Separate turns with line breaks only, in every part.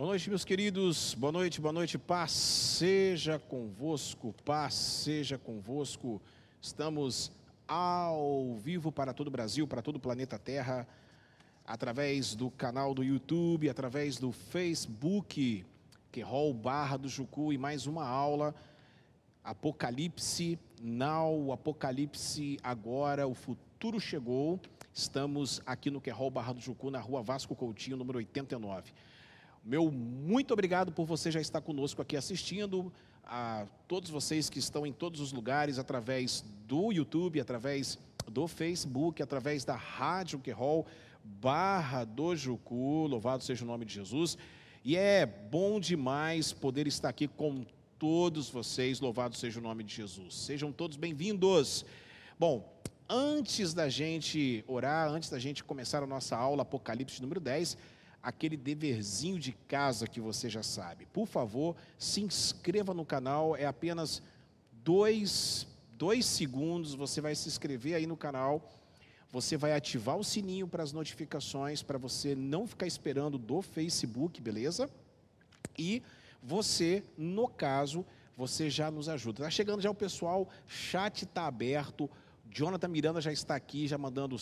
Boa noite, meus queridos. Boa noite, paz seja convosco, paz seja convosco. Estamos ao vivo para todo o Brasil, para todo o planeta Terra, através do canal do YouTube, através do Facebook, QROL Barra do Jucu, e mais uma aula, Apocalipse Now, Apocalipse Agora, o futuro chegou. Estamos aqui no QROL Barra do Jucu, na rua Vasco Coutinho, número 89. Meu muito obrigado por você já estar conosco aqui assistindo, a todos vocês que estão em todos os lugares, através do YouTube, através do Facebook, através da Rádio QROL Barra do Jucu, louvado seja o nome de Jesus. E é bom demais poder estar aqui com todos vocês, louvado seja o nome de Jesus. Sejam todos bem-vindos. Bom, antes da gente orar, antes da gente começar a nossa aula Apocalipse número 10, aquele deverzinho de casa que você já sabe. Por favor, se inscreva no canal, é apenas dois segundos, você vai se inscrever aí no canal, você vai ativar o sininho para as notificações, para você não ficar esperando do Facebook, beleza? E você, no caso, você já nos ajuda. Está chegando já o pessoal, chat está aberto, Jonathan Miranda já está aqui, já mandando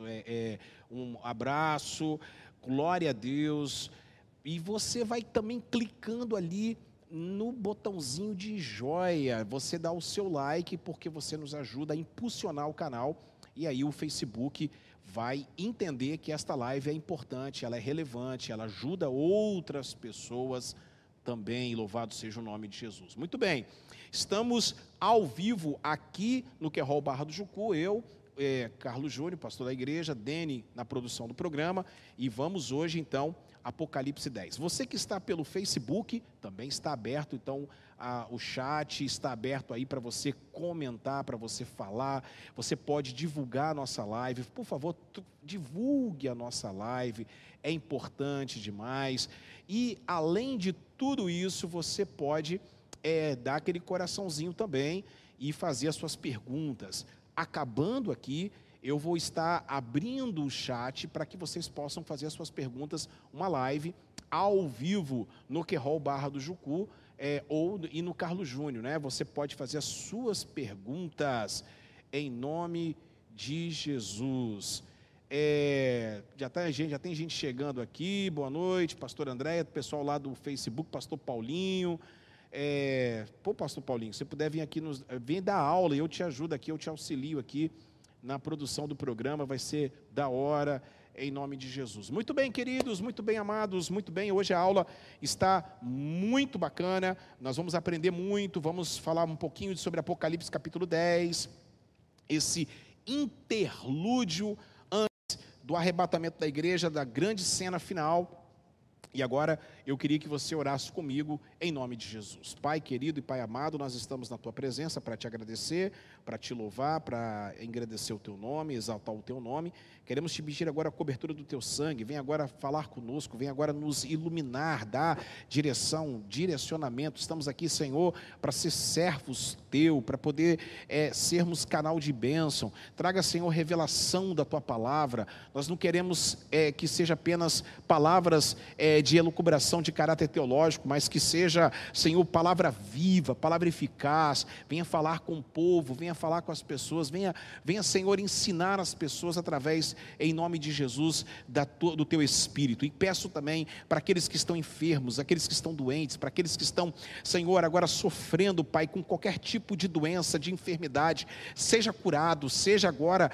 um abraço, glória a Deus. E você vai também clicando ali no botãozinho de joia, você dá o seu like, porque você nos ajuda a impulsionar o canal, e aí o Facebook vai entender que esta live é importante, ela é relevante, ela ajuda outras pessoas também, louvado seja o nome de Jesus. Muito bem, estamos ao vivo aqui no QROL Barra do Jucu, eu, Carlos Júnior, pastor da igreja, Dene na produção do programa, e vamos hoje então, Apocalipse 10. Você que está pelo Facebook, também está aberto, então o chat está aberto aí para você comentar, para você falar, você pode divulgar a nossa live, por favor, divulgue a nossa live, é importante demais, e além de tudo isso, você pode dar aquele coraçãozinho também e fazer as suas perguntas. Acabando aqui, eu vou estar abrindo o chat para que vocês possam fazer as suas perguntas, uma live ao vivo no QROL Barra do Jucu e no Carlos Júnior, né? Você pode fazer as suas perguntas em nome de Jesus. Já tem gente chegando aqui, boa noite, pastor Andréia, pessoal lá do Facebook, pastor Paulinho. Pastor Paulinho, se você puder vir aqui, vem dar aula e eu te ajudo aqui, eu te auxilio aqui na produção do programa, vai ser da hora, em nome de Jesus. Muito bem, queridos, muito bem, amados, muito bem, hoje a aula está muito bacana, nós vamos aprender muito, vamos falar um pouquinho sobre Apocalipse capítulo 10, esse interlúdio antes do arrebatamento da igreja, da grande cena final. E agora eu queria que você orasse comigo em nome de Jesus. Pai querido e Pai amado, nós estamos na Tua presença para te agradecer, para te louvar, para engrandecer o Teu nome, exaltar o Teu nome. Queremos te pedir agora a cobertura do Teu sangue, vem agora falar conosco, vem agora nos iluminar, dar direção, direcionamento. Estamos aqui, Senhor, para ser servos Teu, para poder sermos canal de bênção. Traga, Senhor, revelação da Tua palavra. Nós não queremos que seja apenas palavras de elucubração de caráter teológico, mas que seja, Senhor, palavra viva, palavra eficaz. Venha falar com o povo, venha falar com as pessoas, venha, Senhor, ensinar as pessoas através, em nome de Jesus, do Teu Espírito. E peço também para aqueles que estão enfermos, aqueles que estão doentes, para aqueles que estão, Senhor, agora sofrendo, Pai, com qualquer tipo de doença, de enfermidade, seja curado, seja agora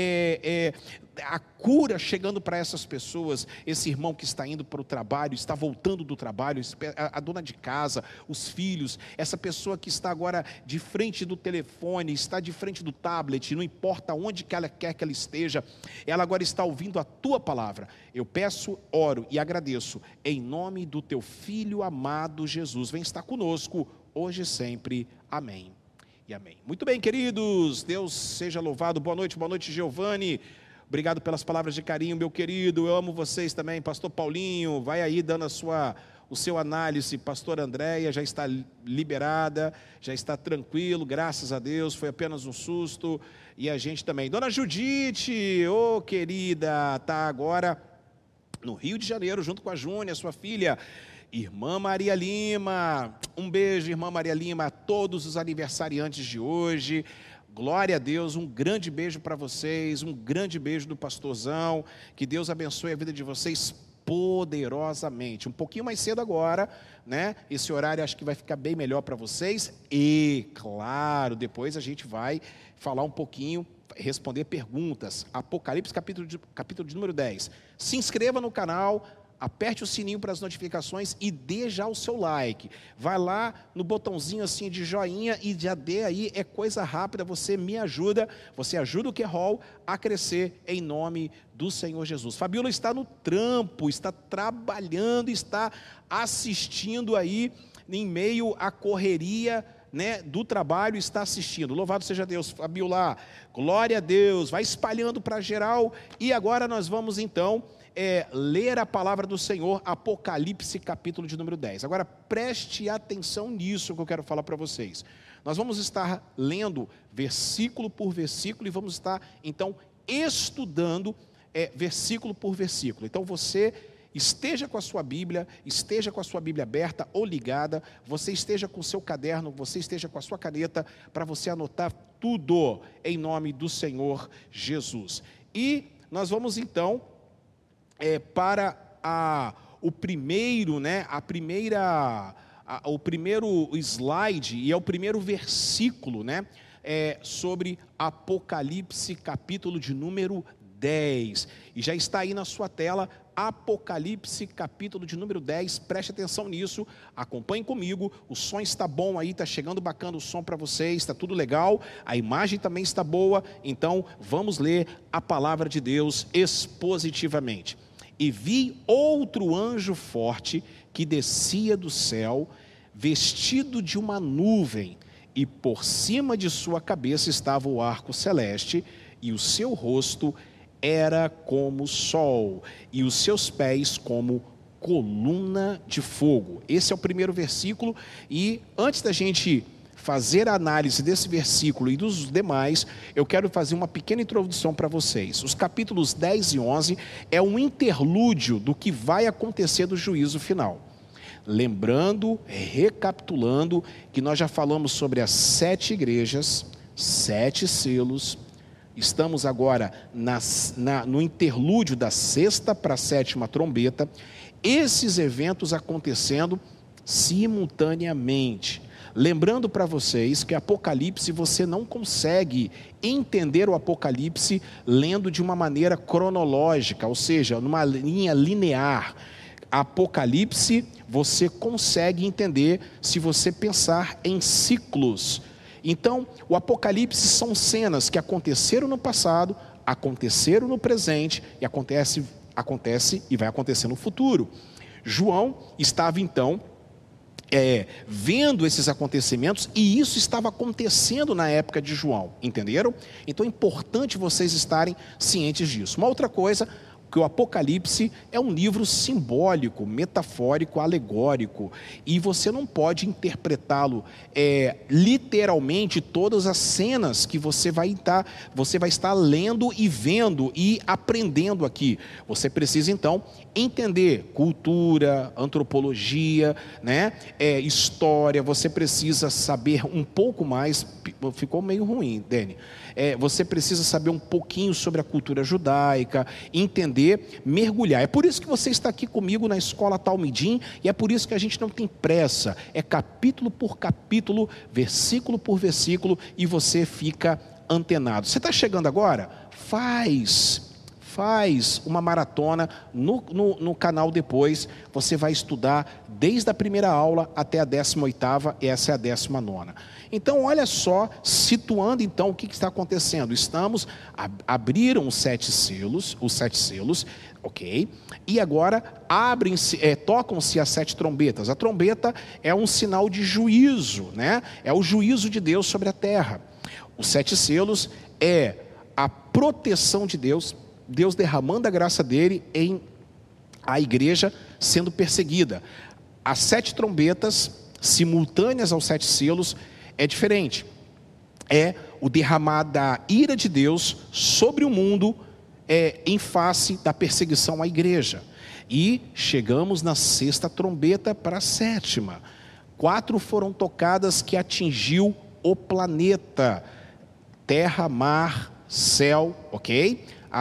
a cura chegando para essas pessoas, esse irmão que está indo para o trabalho, está voltando do trabalho, a dona de casa, os filhos, essa pessoa que está agora de frente do telefone, está de frente do tablet, não importa onde que ela quer que ela esteja, ela agora está ouvindo a Tua palavra. Eu peço, oro e agradeço, em nome do Teu Filho amado Jesus, vem estar conosco, hoje e sempre, amém e amém. Muito bem, queridos, Deus seja louvado. Boa noite, Giovanni. Obrigado pelas palavras de carinho, meu querido, eu amo vocês também. Pastor Paulinho, vai aí dando o seu análise. Pastor Andréia já está liberada, já está tranquilo, graças a Deus, foi apenas um susto. E a gente também. Dona Judite, querida, está agora no Rio de Janeiro, junto com a Júnia, sua filha. Irmã Maria Lima. Um beijo, irmã Maria Lima, a todos os aniversariantes de hoje. Glória a Deus, um grande beijo para vocês, um grande beijo do pastorzão. Que Deus abençoe a vida de vocês poderosamente. Um pouquinho mais cedo agora, né? Esse horário acho que vai ficar bem melhor para vocês. E, claro, depois a gente vai falar um pouquinho, responder perguntas. Apocalipse, capítulo de número 10. Se inscreva no canal, aperte o sininho para as notificações e dê já o seu like. Vai lá no botãozinho assim de joinha e já dê aí, é coisa rápida, você me ajuda, você ajuda o QROL a crescer em nome do Senhor Jesus. Fabiola está no trampo, está trabalhando, está assistindo aí em meio à correria, né, do trabalho, está assistindo. Louvado seja Deus, Fabiola, glória a Deus, vai espalhando para geral. E agora nós vamos então ler a palavra do Senhor, Apocalipse, capítulo de número 10. Agora, preste atenção nisso que eu quero falar para vocês. Nós vamos estar lendo versículo por versículo e vamos estar, então, estudando versículo por versículo. Então, você esteja com a sua Bíblia aberta ou ligada, você esteja com o seu caderno, você esteja com a sua caneta, para você anotar tudo em nome do Senhor Jesus. E nós vamos, então, para o primeiro, né, o primeiro slide, e é o primeiro versículo, né, sobre Apocalipse, capítulo de número 10. E já está aí na sua tela, Apocalipse, capítulo de número 10, preste atenção nisso, acompanhe comigo, o som está bom aí, está chegando bacana o som para vocês, está tudo legal, a imagem também está boa, então vamos ler a palavra de Deus expositivamente. E vi outro anjo forte que descia do céu, vestido de uma nuvem, e por cima de sua cabeça estava o arco celeste, e o seu rosto era como o sol, e os seus pés como coluna de fogo. Esse é o primeiro versículo, e antes da gente fazer a análise desse versículo e dos demais, eu quero fazer uma pequena introdução para vocês. Os capítulos 10 e 11 é um interlúdio do que vai acontecer do juízo final. Lembrando, recapitulando, que nós já falamos sobre as 7 igrejas, 7 selos. Estamos agora no interlúdio da 6ª para a 7ª trombeta. Esses eventos acontecendo simultaneamente. Lembrando para vocês que Apocalipse, você não consegue entender o Apocalipse lendo de uma maneira cronológica, ou seja, numa linha linear. Apocalipse você consegue entender se você pensar em ciclos. Então, o Apocalipse são cenas que aconteceram no passado, aconteceram no presente e acontece e vai acontecer no futuro. João estava então vendo esses acontecimentos, e isso estava acontecendo na época de João, entenderam? Então é importante vocês estarem cientes disso. Uma outra coisa, que o Apocalipse é um livro simbólico, metafórico, alegórico, e você não pode interpretá-lo literalmente todas as cenas que você vai estar lendo e vendo e aprendendo aqui. Você precisa então entender cultura, antropologia, né? História, você precisa saber um pouco mais, ficou meio ruim, Dani. Você precisa saber um pouquinho sobre a cultura judaica, entender, mergulhar. É por isso que você está aqui comigo na Escola Talmidim, e é por isso que a gente não tem pressa. É capítulo por capítulo, versículo por versículo, e você fica antenado. Você está chegando agora? Faz uma maratona no canal depois, você vai estudar desde a primeira aula até a 18ª, e essa é a 19ª. Então, olha só, situando então o que está acontecendo. Abriram os 7 selos, ok? E agora tocam-se as 7 trombetas. A trombeta é um sinal de juízo, né? É o juízo de Deus sobre a terra. Os 7 selos é a proteção de Deus, Deus derramando a graça dele em a igreja sendo perseguida. As 7 trombetas, simultâneas aos 7 selos, é diferente. É o derramar da ira de Deus sobre o mundo em face da perseguição à igreja. E chegamos na sexta trombeta para a sétima. 4 foram tocadas que atingiu o planeta. Terra, mar, céu, ok?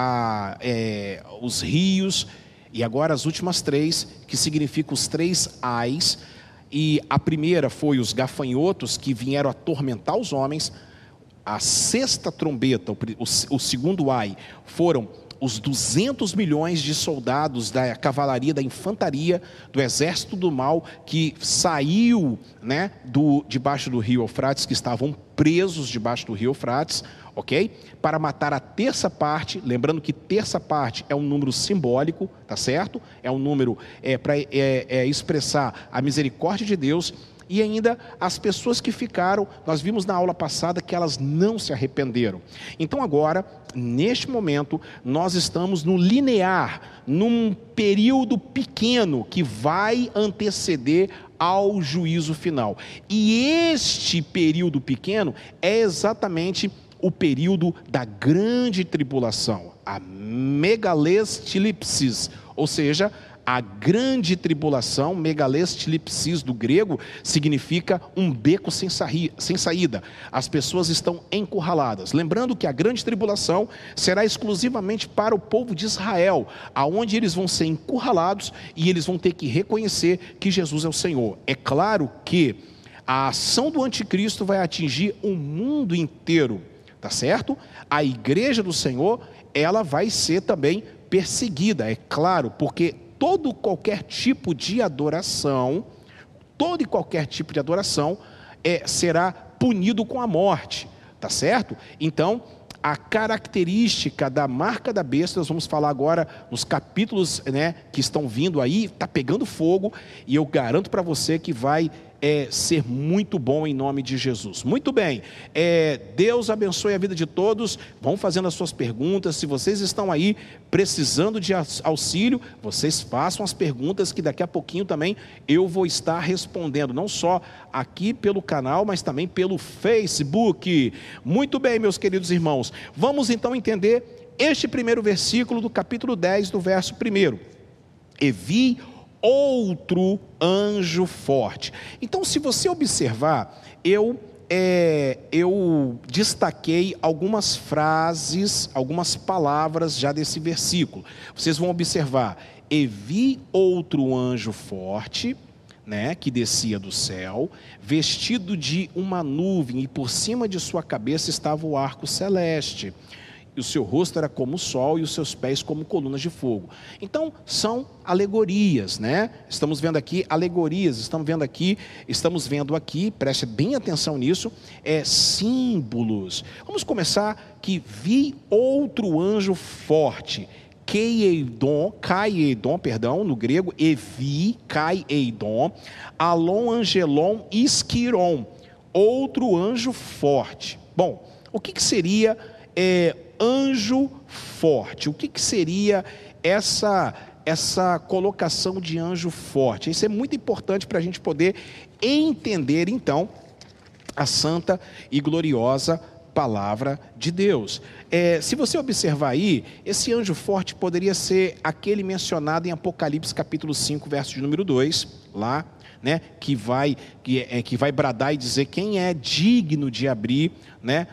Os rios. E agora as últimas 3, que significam os 3 ais. E a primeira foi os gafanhotos que vieram atormentar os homens. A sexta trombeta, o segundo ai, foram os 200 milhões de soldados da cavalaria, da infantaria, do exército do mal, que saiu, né, debaixo do rio Eufrates, que estavam presos debaixo do rio Eufrates, ok? Para matar a terça parte, lembrando que terça parte é um número simbólico, tá certo? É um número para expressar a misericórdia de Deus. E ainda as pessoas que ficaram, nós vimos na aula passada que elas não se arrependeram. Então agora, neste momento, nós estamos no linear, num período pequeno que vai anteceder ao juízo final. E este período pequeno é exatamente o período da grande tribulação, a megalestilipsis, ou seja, a grande tribulação. Megalestilipsis do grego significa um beco sem saída. As pessoas estão encurraladas. Lembrando que a grande tribulação será exclusivamente para o povo de Israel, aonde eles vão ser encurralados e eles vão ter que reconhecer que Jesus é o Senhor. É claro que a ação do anticristo vai atingir o mundo inteiro, tá certo? A igreja do Senhor, ela vai ser também perseguida, é claro, porque todo e qualquer tipo de adoração será punido com a morte, tá certo? Então, a característica da marca da besta, nós vamos falar agora nos capítulos, né, que estão vindo aí, está pegando fogo, e eu garanto para você que vai ser muito bom em nome de Jesus. Muito bem, Deus abençoe a vida de todos. Vão fazendo as suas perguntas. Se vocês estão aí precisando de auxílio, vocês façam as perguntas, que daqui a pouquinho também eu vou estar respondendo, não só aqui pelo canal, mas também pelo Facebook. Muito bem, meus queridos irmãos, vamos então entender este primeiro versículo do capítulo 10, do verso 1. E vi outro anjo forte. Então, se você observar, eu destaquei algumas frases, algumas palavras já desse versículo. Vocês vão observar: e vi outro anjo forte, né, que descia do céu, vestido de uma nuvem, e por cima de sua cabeça estava o arco celeste. E o seu rosto era como o sol, e os seus pés como colunas de fogo. Então, são alegorias, né? Estamos vendo aqui alegorias, estamos vendo aqui, preste bem atenção nisso, símbolos. Vamos começar que vi outro anjo forte, Kaiedon, no grego, Evi, Kaiedon, Alon, Angelon, Isquiron, outro anjo forte. Bom, o que seria anjo forte? O que seria essa colocação de anjo forte? Isso é muito importante para a gente poder entender, então, a santa e gloriosa palavra de Deus. Se você observar aí, esse anjo forte poderia ser aquele mencionado em Apocalipse capítulo 5, verso de número 2, lá, né, que vai bradar e dizer quem é digno de abrir, né,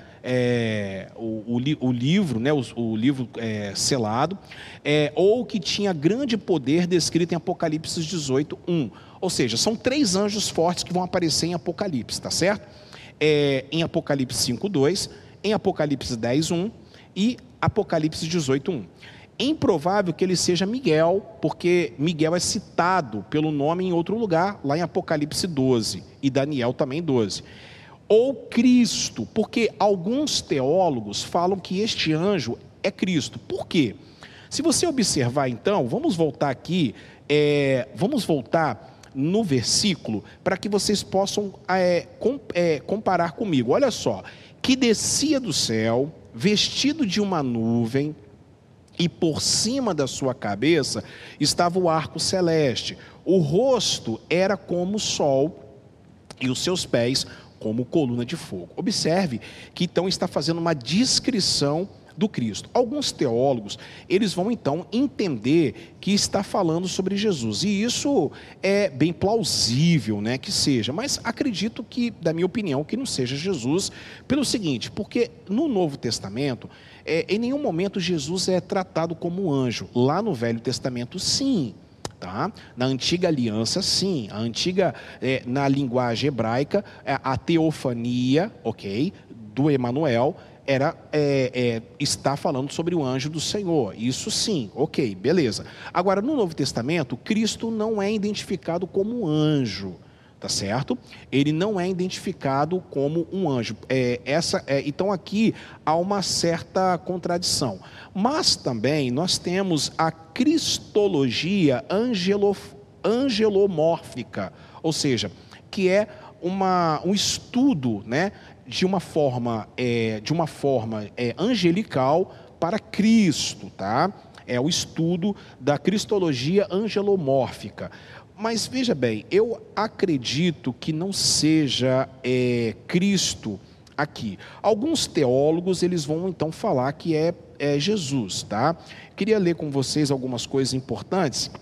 o livro, né, o livro selado, ou que tinha grande poder, descrito em Apocalipse 18, 1. Ou seja, são 3 anjos fortes que vão aparecer em Apocalipse, tá certo? Em Apocalipse 5, 2, em Apocalipse 10, 1 e Apocalipse 18, 1. É improvável que ele seja Miguel, porque Miguel é citado pelo nome em outro lugar, lá em Apocalipse 12, e Daniel também 12. Ou Cristo, porque alguns teólogos falam que este anjo é Cristo. Por quê? Se você observar então, vamos voltar aqui, vamos voltar no versículo, para que vocês possam comparar comigo. Olha só, que descia do céu, vestido de uma nuvem, e por cima da sua cabeça estava o arco celeste. O rosto era como o sol, e os seus pés como coluna de fogo. Observe que então está fazendo uma descrição do Cristo. Alguns teólogos, eles vão então entender que está falando sobre Jesus, e isso é bem plausível, né, que seja, mas acredito que, da minha opinião, que não seja Jesus, pelo seguinte, porque no Novo Testamento, em nenhum momento Jesus é tratado como anjo. Lá no Velho Testamento, sim. Tá? Na antiga aliança, sim. A antiga, na linguagem hebraica, a teofania, ok, do Emanuel, está falando sobre o anjo do Senhor. Isso sim, ok, beleza. Agora, no Novo Testamento, Cristo não é identificado como anjo. Tá certo? Ele não é identificado como um anjo. Então aqui há uma certa contradição. Mas também nós temos a cristologia angelomórfica, ou seja, que é um estudo, né, de uma forma angelical para Cristo, tá? É o estudo da cristologia angelomórfica. Mas veja bem, eu acredito que não seja Cristo aqui. Alguns teólogos, eles vão então falar que é Jesus, tá? Queria ler com vocês algumas coisas importantes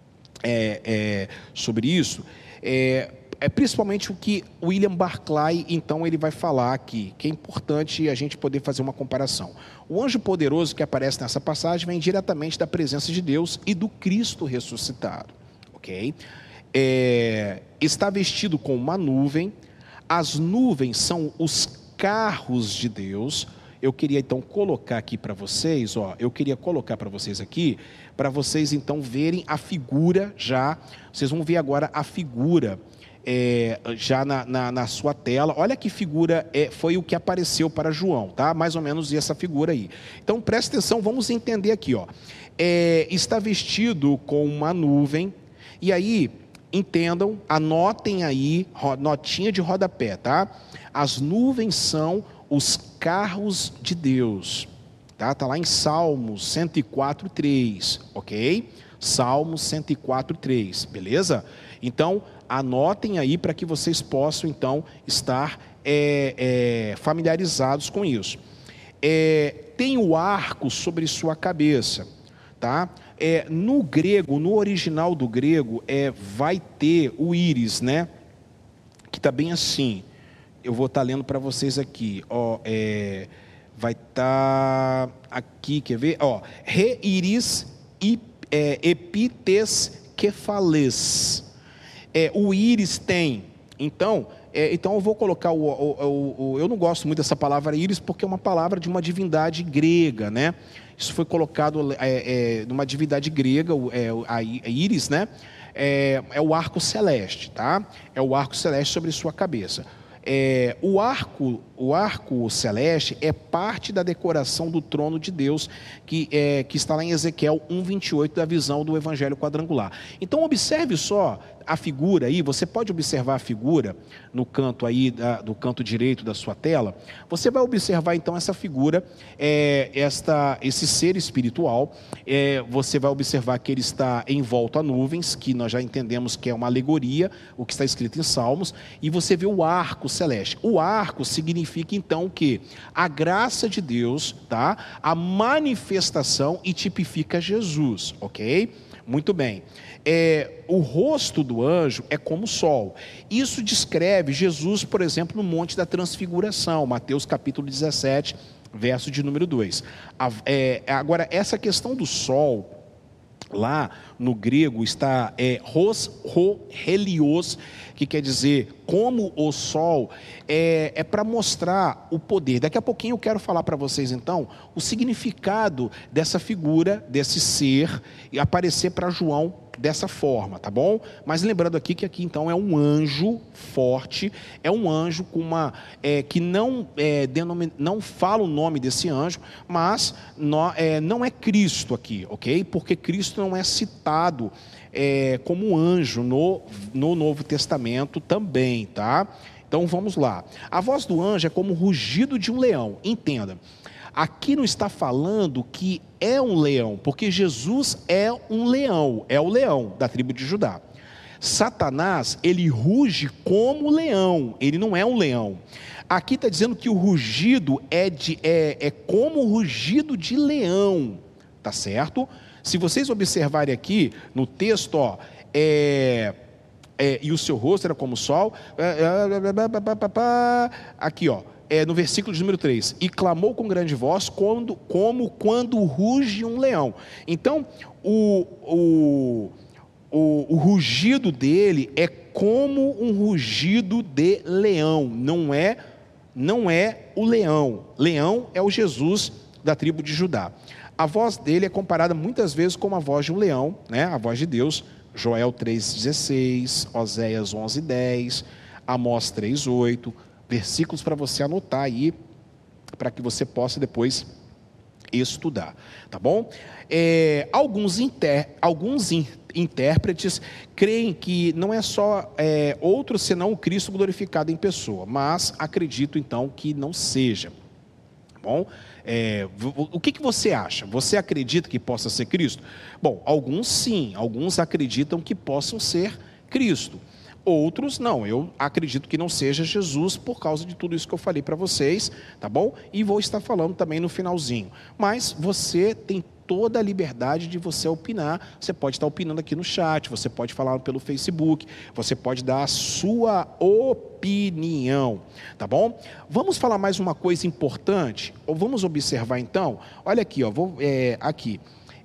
sobre isso. Principalmente o que William Barclay, então, ele vai falar aqui, que é importante a gente poder fazer uma comparação. O anjo poderoso que aparece nessa passagem vem diretamente da presença de Deus e do Cristo ressuscitado. Ok? Está vestido com uma nuvem. As nuvens são os carros de Deus. Eu queria então colocar aqui para vocês, para vocês então verem a figura já. Vocês vão ver agora a figura já na sua tela. Olha que figura foi o que apareceu para João, tá? Mais ou menos essa figura aí. Então presta atenção, vamos entender aqui, ó. Está vestido com uma nuvem. E aí, entendam, anotem aí, notinha de rodapé, tá? As nuvens são os carros de Deus, tá? Tá lá em Salmos 104:3, ok? Salmos 104:3, beleza? Então, anotem aí para que vocês possam, então, estar familiarizados com isso. Tem o arco sobre sua cabeça, tá? No grego, no original do grego, vai ter o íris, né? Que está bem assim. Eu vou estar lendo para vocês aqui. Ó, vai estar aqui, quer ver? Ó, re iris epites kefales. O íris tem. Então eu vou colocar eu não gosto muito dessa palavra íris porque é uma palavra de uma divindade grega, né? Isso foi colocado numa divindade grega, a íris, né? É o arco celeste, tá? É o arco celeste sobre sua cabeça. O arco celeste é parte da decoração do trono de Deus, que está lá em Ezequiel 1:28, da visão do Evangelho quadrangular. Então observe só a figura aí, você pode observar a figura no canto aí, do canto direito da sua tela. Você vai observar então essa figura, esse ser espiritual. Você vai observar que ele está envolto a nuvens, que nós já entendemos que é uma alegoria, o que está escrito em Salmos, e você vê o arco celeste. O arco significa então que a graça de Deus, tá? A manifestação, e tipifica Jesus, ok? Muito bem. O rosto do anjo é como o sol. Isso descreve Jesus, por exemplo, no Monte da Transfiguração, Mateus capítulo 17, verso de número 2. Agora, essa questão do sol, lá no grego está helios, que quer dizer como o sol, para mostrar o poder. Daqui a pouquinho eu quero falar para vocês então o significado dessa figura, desse ser, e aparecer para João dessa forma, tá bom? Mas lembrando aqui que aqui então é um anjo forte, é um anjo com que não fala o nome desse anjo, mas não é Cristo aqui, ok? Porque Cristo não é citado como anjo no Novo Testamento também, tá? Então vamos lá. A voz do anjo é como o rugido de um leão. Entenda, aqui não está falando que é um leão, porque Jesus é um leão, é o leão da tribo de Judá. Satanás, ele ruge como leão, ele não é um leão. Aqui está dizendo que o rugido é como o rugido de leão, tá certo? Se vocês observarem aqui no texto, ó, e o seu rosto era como o sol, aqui, ó, no versículo de número 3, e clamou com grande voz, como quando ruge um leão. Então, o rugido dele é como um rugido de leão, não é o leão. Leão é o Jesus da tribo de Judá. A voz dele é comparada muitas vezes com a voz de um leão, né? A voz de Deus, Joel 3,16, Oséias 11,10, Amós 3,8, versículos para você anotar aí, para que você possa depois estudar, tá bom? Alguns intérpretes creem que não é só outro senão o Cristo glorificado em pessoa, mas acredito então que não seja, tá bom? O que você acha? Você acredita que possa ser Cristo? Bom, alguns sim, alguns acreditam que possam ser Cristo. Outros não, eu acredito que não seja Jesus por causa de tudo isso que eu falei para vocês, tá bom? E vou estar falando também no finalzinho. Mas você tem toda a liberdade de você opinar. Você pode estar opinando aqui no chat, você pode falar pelo Facebook, você pode dar a sua opinião, tá bom? Vamos falar mais uma coisa importante, ou vamos observar então, olha aqui, ó, aqui,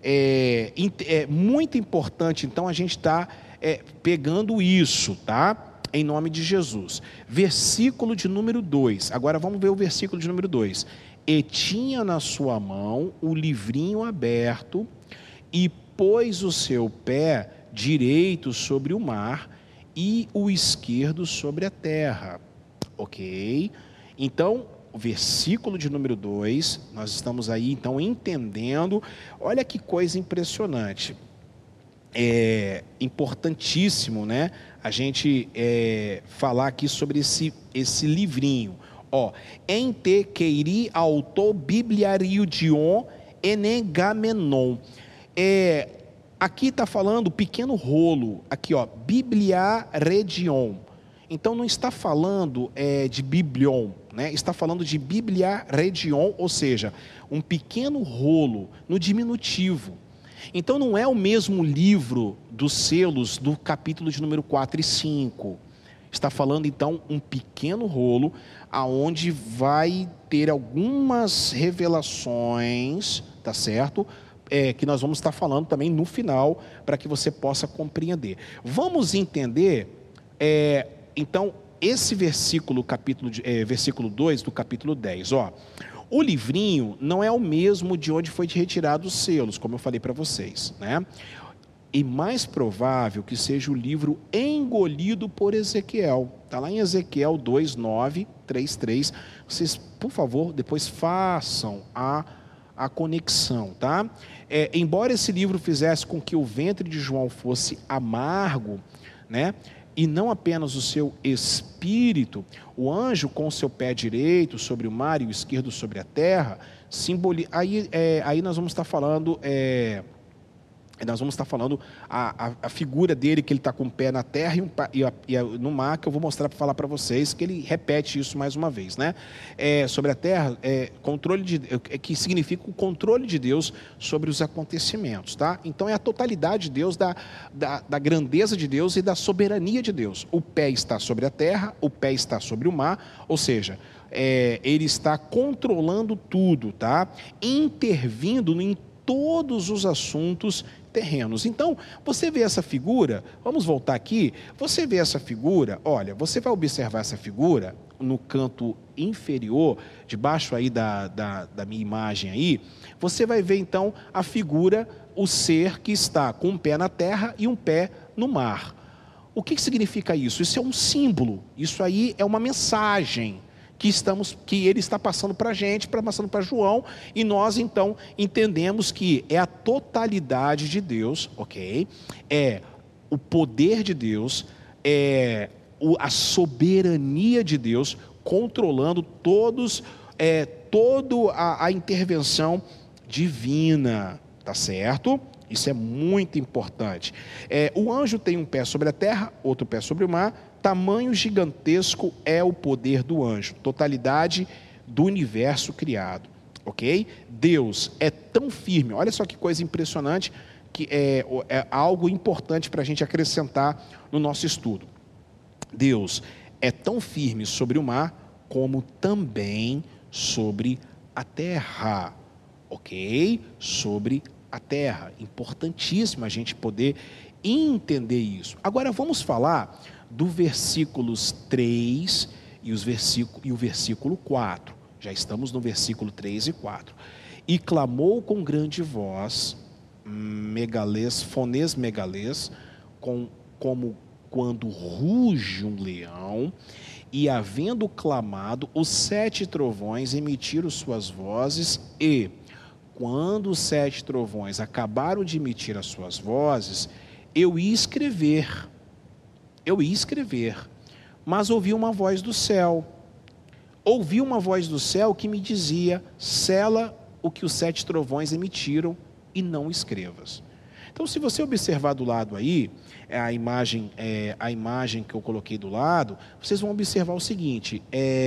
é muito importante então a gente está pegando isso, tá? Em nome de Jesus. Versículo de número 2, agora vamos ver o versículo de número 2. E tinha na sua mão o livrinho aberto, e pôs o seu pé direito sobre o mar, e o esquerdo sobre a terra. Ok? Então, o versículo de número 2, nós estamos aí então entendendo, olha que coisa impressionante. É importantíssimo, né, a gente falar aqui sobre esse livrinho. Ó, em te queiri auto bibliariudion enegamenon. Aqui está falando pequeno rolo, aqui ó, bibliaredion. Então não está falando de biblion, né? Está falando de bibliaredion, ou seja, um pequeno rolo no diminutivo. Então não é o mesmo livro dos selos do capítulo de número 4 e 5. Está falando então um pequeno rolo, aonde vai ter algumas revelações, tá certo? Que nós vamos estar falando também no final, para que você possa compreender. Vamos entender, então, esse versículo, versículo 2 do capítulo 10, ó. O livrinho não é o mesmo de onde foi retirado os selos, como eu falei para vocês, né? E mais provável que seja o livro engolido por Ezequiel. Está lá em Ezequiel 2, 9, 3, 3. Vocês, por favor, depois façam a conexão, tá? Embora esse livro fizesse com que o ventre de João fosse amargo, né? E não apenas o seu espírito, o anjo com o seu pé direito sobre o mar e o esquerdo sobre a terra, aí nós vamos estar falando... nós vamos estar falando a figura dele, que ele está com o pé na terra e no mar, que eu vou mostrar para falar para vocês, que ele repete isso mais uma vez, né? Sobre a terra, que significa o controle de Deus sobre os acontecimentos, tá? Então é a totalidade de Deus, da grandeza de Deus e da soberania de Deus. O pé está sobre a terra, o pé está sobre o mar, ou seja, ele está controlando tudo, tá? Intervindo em todos os assuntos terrenos. Então, você vê essa figura, vamos voltar aqui, você vê essa figura, olha, você vai observar essa figura no canto inferior, debaixo aí da minha imagem aí, você vai ver então a figura, o ser que está com um pé na terra e um pé no mar. O que significa isso? Isso é um símbolo, isso aí é uma mensagem que ele está passando para a gente, passando para João, e nós então entendemos que é a totalidade de Deus, ok? É o poder de Deus, a soberania de Deus, controlando toda a intervenção divina, tá certo? Isso é muito importante. O anjo tem um pé sobre a terra, outro pé sobre o mar, tamanho gigantesco é o poder do anjo, totalidade do universo criado, ok? Deus é tão firme, olha só que coisa impressionante, que é algo importante para a gente acrescentar no nosso estudo. Deus é tão firme sobre o mar, como também sobre a terra, ok? Sobre a terra, importantíssimo a gente poder entender isso. Agora vamos falar do versículos 3 e o versículo 4. Já estamos no versículo 3 e 4. E clamou com grande voz, megalês, fonês megalês, como quando ruge um leão, e havendo clamado, os 7 trovões emitiram suas vozes, e quando os 7 trovões acabaram de emitir as suas vozes, eu ia escrever, mas ouvi uma voz do céu. Ouvi uma voz do céu que me dizia: sela o que os 7 trovões emitiram e não escrevas. Então, se você observar do lado aí, a imagem que eu coloquei do lado, vocês vão observar o seguinte: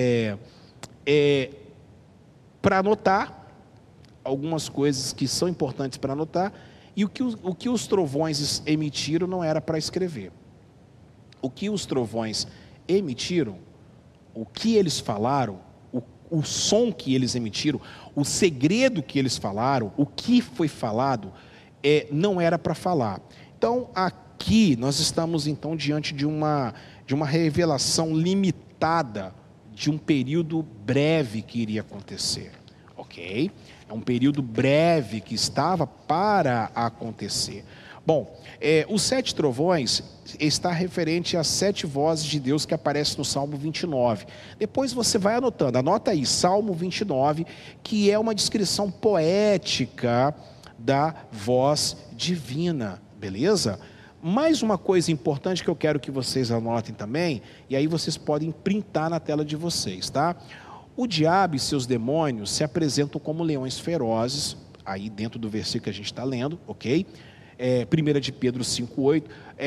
para anotar algumas coisas que são importantes para anotar, e o que os trovões emitiram não era para escrever. O que os trovões emitiram, o que eles falaram, o som que eles emitiram, o segredo que eles falaram, o que foi falado, não era para falar. Então, aqui nós estamos então diante de uma revelação limitada de um período breve que iria acontecer, ok? É um período breve que estava para acontecer. Bom, os 7 trovões está referente às 7 vozes de Deus que aparecem no Salmo 29. Depois você vai anotando, anota aí, Salmo 29, que é uma descrição poética da voz divina, beleza? Mais uma coisa importante que eu quero que vocês anotem também, e aí vocês podem printar na tela de vocês, tá? O diabo e seus demônios se apresentam como leões ferozes, aí dentro do versículo que a gente está lendo, ok? 1 de Pedro 5,8,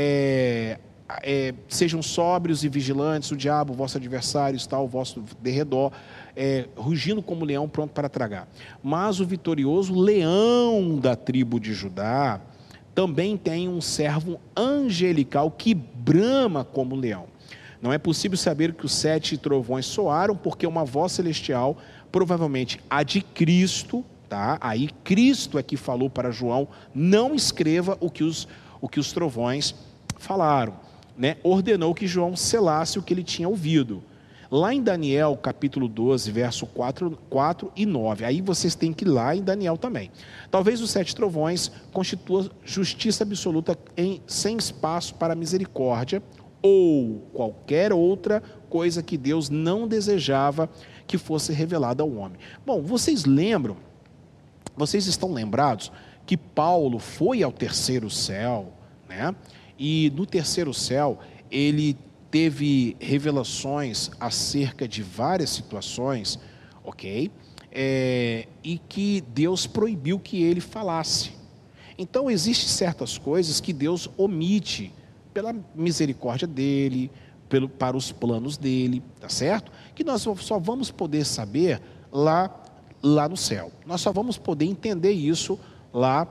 sejam sóbrios e vigilantes, o diabo, vosso adversário, está ao vosso derredor, rugindo como leão pronto para tragar. Mas o vitorioso leão da tribo de Judá também tem um servo angelical que brama como leão. Não é possível saber que os 7 trovões soaram, porque uma voz celestial, provavelmente a de Cristo, tá? Aí Cristo é que falou para João: não escreva o que os trovões falaram, né? Ordenou que João selasse o que ele tinha ouvido. Lá em Daniel, capítulo 12, verso 4 e 9, aí vocês têm que ir lá em Daniel também. Talvez os 7 trovões constituam justiça absoluta sem espaço para misericórdia, ou qualquer outra coisa que Deus não desejava que fosse revelada ao homem. Bom, vocês estão lembrados que Paulo foi ao terceiro céu, né? E no terceiro céu ele teve revelações acerca de várias situações, ok? E que Deus proibiu que ele falasse. Então, existem certas coisas que Deus omite pela misericórdia dele, para os planos dele, tá certo? Que nós só vamos poder saber lá no céu. Nós só vamos poder entender isso lá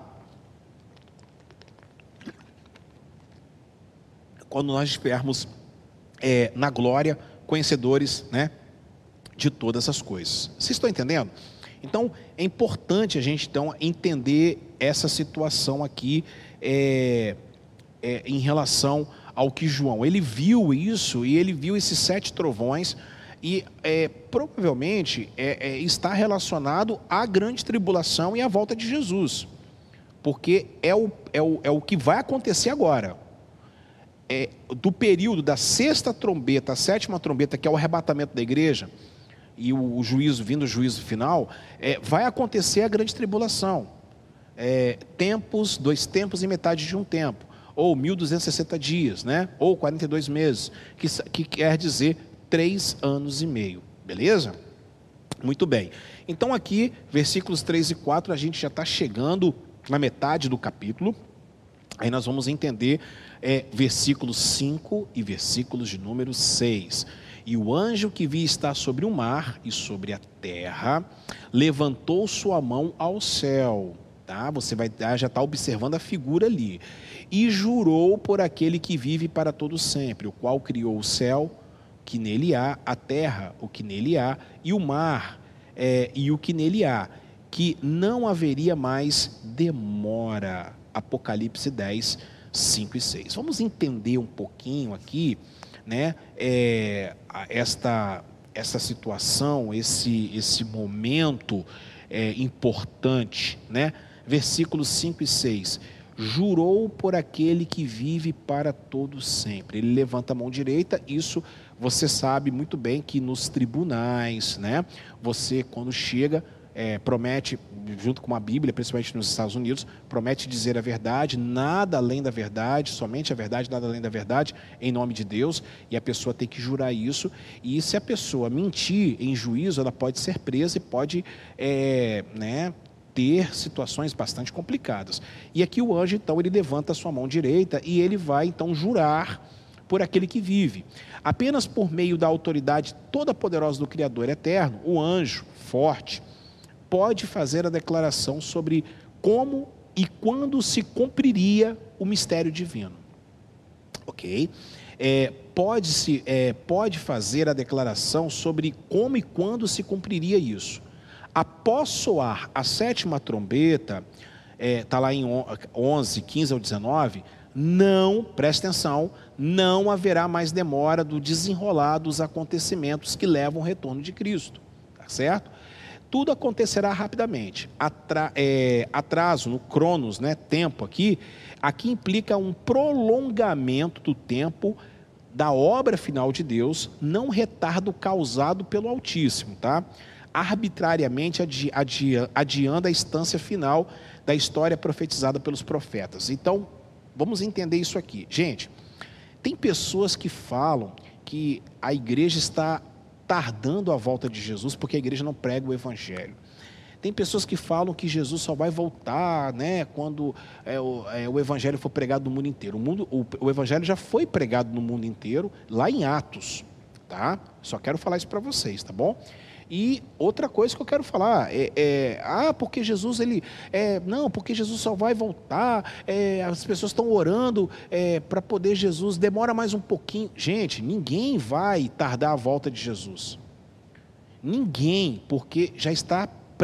quando nós estivermos na glória, conhecedores, né, de todas as coisas. Vocês estão entendendo? Então, é importante a gente então entender essa situação aqui em relação ao que João, ele viu isso, e ele viu esses 7 trovões, e provavelmente está relacionado à grande tribulação e à volta de Jesus, porque é o que vai acontecer agora. Do período da 6ª trombeta à 7ª trombeta, que é o arrebatamento da igreja, e o juízo, vindo o juízo final, vai acontecer a grande tribulação. 2 tempos e metade de um tempo, ou 1260 dias, né? Ou 42 meses, que quer dizer 3 anos e meio, beleza? Muito bem. Então aqui, versículos 3 e 4, a gente já está chegando na metade do capítulo. Aí nós vamos entender versículos 5 e versículos de número 6. E o anjo que vi estar sobre o mar e sobre a terra, levantou sua mão ao céu. Tá? Você já está observando a figura ali. E jurou por aquele que vive para todo sempre, o qual criou o céu, que nele há, a terra, o que nele há, e o mar, e o que nele há, que não haveria mais demora. Apocalipse 10, 5 e 6. Vamos entender um pouquinho aqui, né, essa situação, esse momento importante, né? Versículos 5 e 6. Jurou por aquele que vive para todo sempre. Ele levanta a mão direita, isso você sabe muito bem que nos tribunais, né? Você, quando chega, promete, junto com a Bíblia, principalmente nos Estados Unidos, promete dizer a verdade, nada além da verdade, somente a verdade, nada além da verdade, em nome de Deus, e a pessoa tem que jurar isso, e se a pessoa mentir em juízo, ela pode ser presa e pode, ter situações bastante complicadas. E aqui o anjo, então, ele levanta a sua mão direita e ele vai, então, jurar por aquele que vive. Apenas por meio da autoridade toda poderosa do Criador eterno, o anjo forte pode fazer a declaração sobre como e quando se cumpriria o mistério divino. Ok? Pode fazer a declaração sobre como e quando se cumpriria isso. Após soar a sétima trombeta, está lá em 11, 15 ao 19, não, preste atenção, não haverá mais demora do desenrolar dos acontecimentos que levam ao retorno de Cristo. Tá certo? Tudo acontecerá rapidamente. Atraso no cronos, né, tempo aqui implica um prolongamento do tempo da obra final de Deus, não retardo causado pelo Altíssimo, tá? Arbitrariamente adiando a instância final da história profetizada pelos profetas. Então, vamos entender isso aqui. Gente, tem pessoas que falam que a igreja está tardando a volta de Jesus porque a igreja não prega o evangelho. Tem pessoas que falam que Jesus só vai voltar, né, quando o evangelho for pregado no mundo inteiro. O evangelho já foi pregado no mundo inteiro, lá em Atos, tá? Só quero falar isso para vocês, tá bom? E outra coisa que eu quero falar porque Jesus porque Jesus só vai voltar, as pessoas estão orando para poder Jesus, demora mais um pouquinho. Gente, ninguém vai tardar a volta de Jesus. Ninguém, porque já está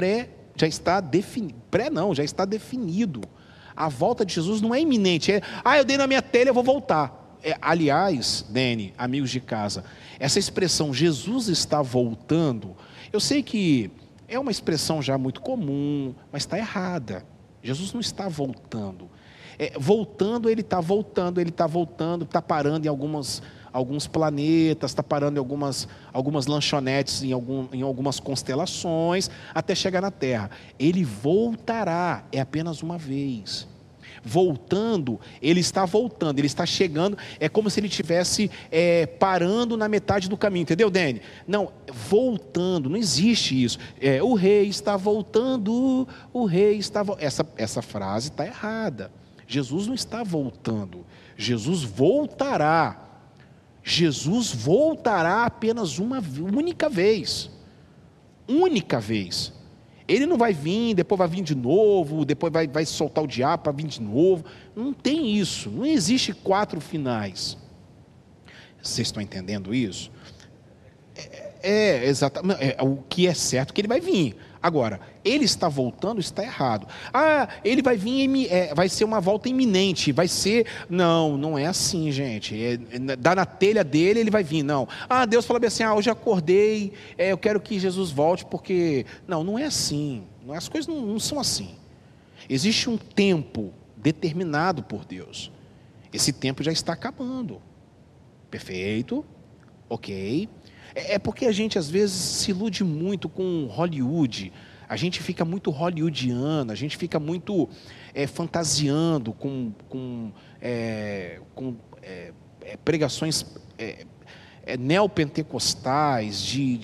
definido. A volta de Jesus não é iminente. Eu dei na minha telha, eu vou voltar. Aliás, Dene, amigos de casa, essa expressão Jesus está voltando, eu sei que é uma expressão já muito comum, mas está errada. Jesus não está voltando. Ele está voltando, está parando em alguns planetas, está parando em algumas lanchonetes, em algumas constelações, até chegar na Terra. Ele voltará, é apenas uma vez. Voltando, ele está voltando, ele está chegando, é como se ele estivesse parando na metade do caminho, entendeu, Dene? Não, voltando, não existe isso. O rei está voltando, essa frase está errada. Jesus não está voltando, Jesus voltará. Jesus voltará apenas uma única vez. Única vez. Ele não vai vir, depois vai vir de novo, depois vai soltar o diabo para vir de novo. Não tem isso, não existe 4 finais. Vocês estão entendendo isso? Exatamente. O que é certo é que ele vai vir. Agora, ele está voltando, está errado. Ele vai vir, vai ser uma volta iminente, vai ser... Não é assim, gente. Dá na telha dele, ele vai vir, não. Deus fala bem assim, hoje acordei, eu quero que Jesus volte, porque... Não é assim. As coisas não são assim. Existe um tempo determinado por Deus. Esse tempo já está acabando. Perfeito? Ok. É porque a gente às vezes se ilude muito com Hollywood, a gente fica muito hollywoodiano, a gente fica muito fantasiando com pregações neopentecostais,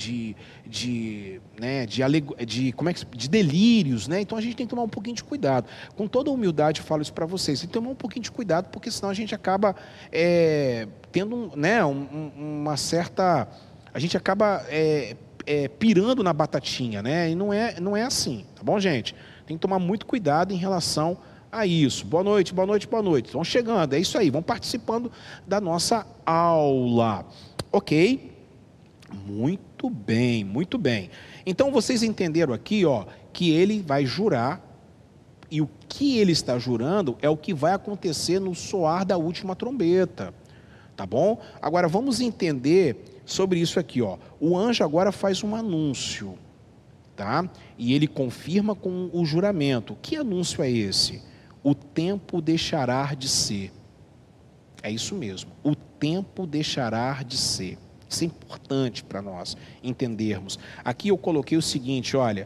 de delírios, né? Então a gente tem que tomar um pouquinho de cuidado. Com toda a humildade eu falo isso para vocês, tem que tomar um pouquinho de cuidado, porque senão a gente acaba tendo uma certa... A gente acaba pirando na batatinha, né? E não é assim, tá bom, gente? Tem que tomar muito cuidado em relação a isso. Boa noite, boa noite, boa noite. Estão chegando, é isso aí, vão participando da nossa aula. Ok? Muito bem, muito bem. Então vocês entenderam aqui, ó, que ele vai jurar, e o que ele está jurando é o que vai acontecer no soar da última trombeta. Tá bom? Agora vamos entender sobre isso aqui, ó. O anjo agora faz um anúncio, tá? E ele confirma com o juramento. Que anúncio é esse? O tempo deixará de ser. É isso mesmo. O tempo deixará de ser. Isso é importante para nós entendermos. Aqui eu coloquei o seguinte, olha,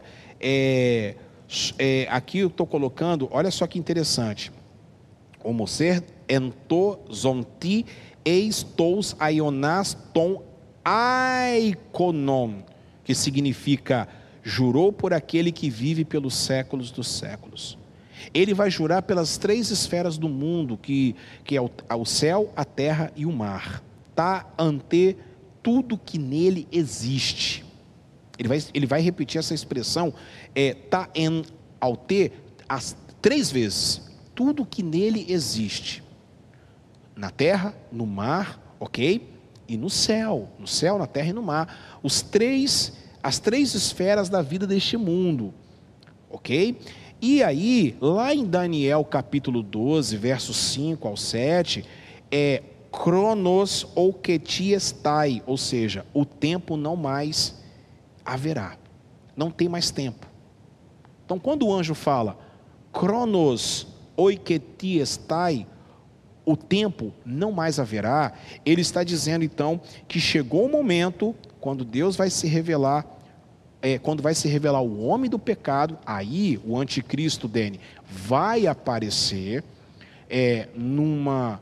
aqui eu estou colocando, olha só que interessante. Homoser ento zonti eis tous aionas ton aikonon, que significa jurou por aquele que vive pelos séculos dos séculos. Ele vai jurar pelas 3 esferas do mundo, que é o céu, a terra e o mar. Tá ante tudo que nele existe. Ele vai repetir essa expressão, tá en alte, as 3 vezes. Tudo que nele existe. Na terra, no mar, ok? E no céu, na terra e no mar. As 3 esferas da vida deste mundo, ok? E aí, lá em Daniel capítulo 12, versos 5 ao 7, Cronos ou Ketiestai, ou seja, o tempo não mais haverá. Não tem mais tempo. Então, quando o anjo fala Cronos ou Ketiestai, o tempo não mais haverá, ele está dizendo então que chegou o momento quando Deus vai se revelar, quando vai se revelar o homem do pecado, aí o anticristo, Dene, vai aparecer numa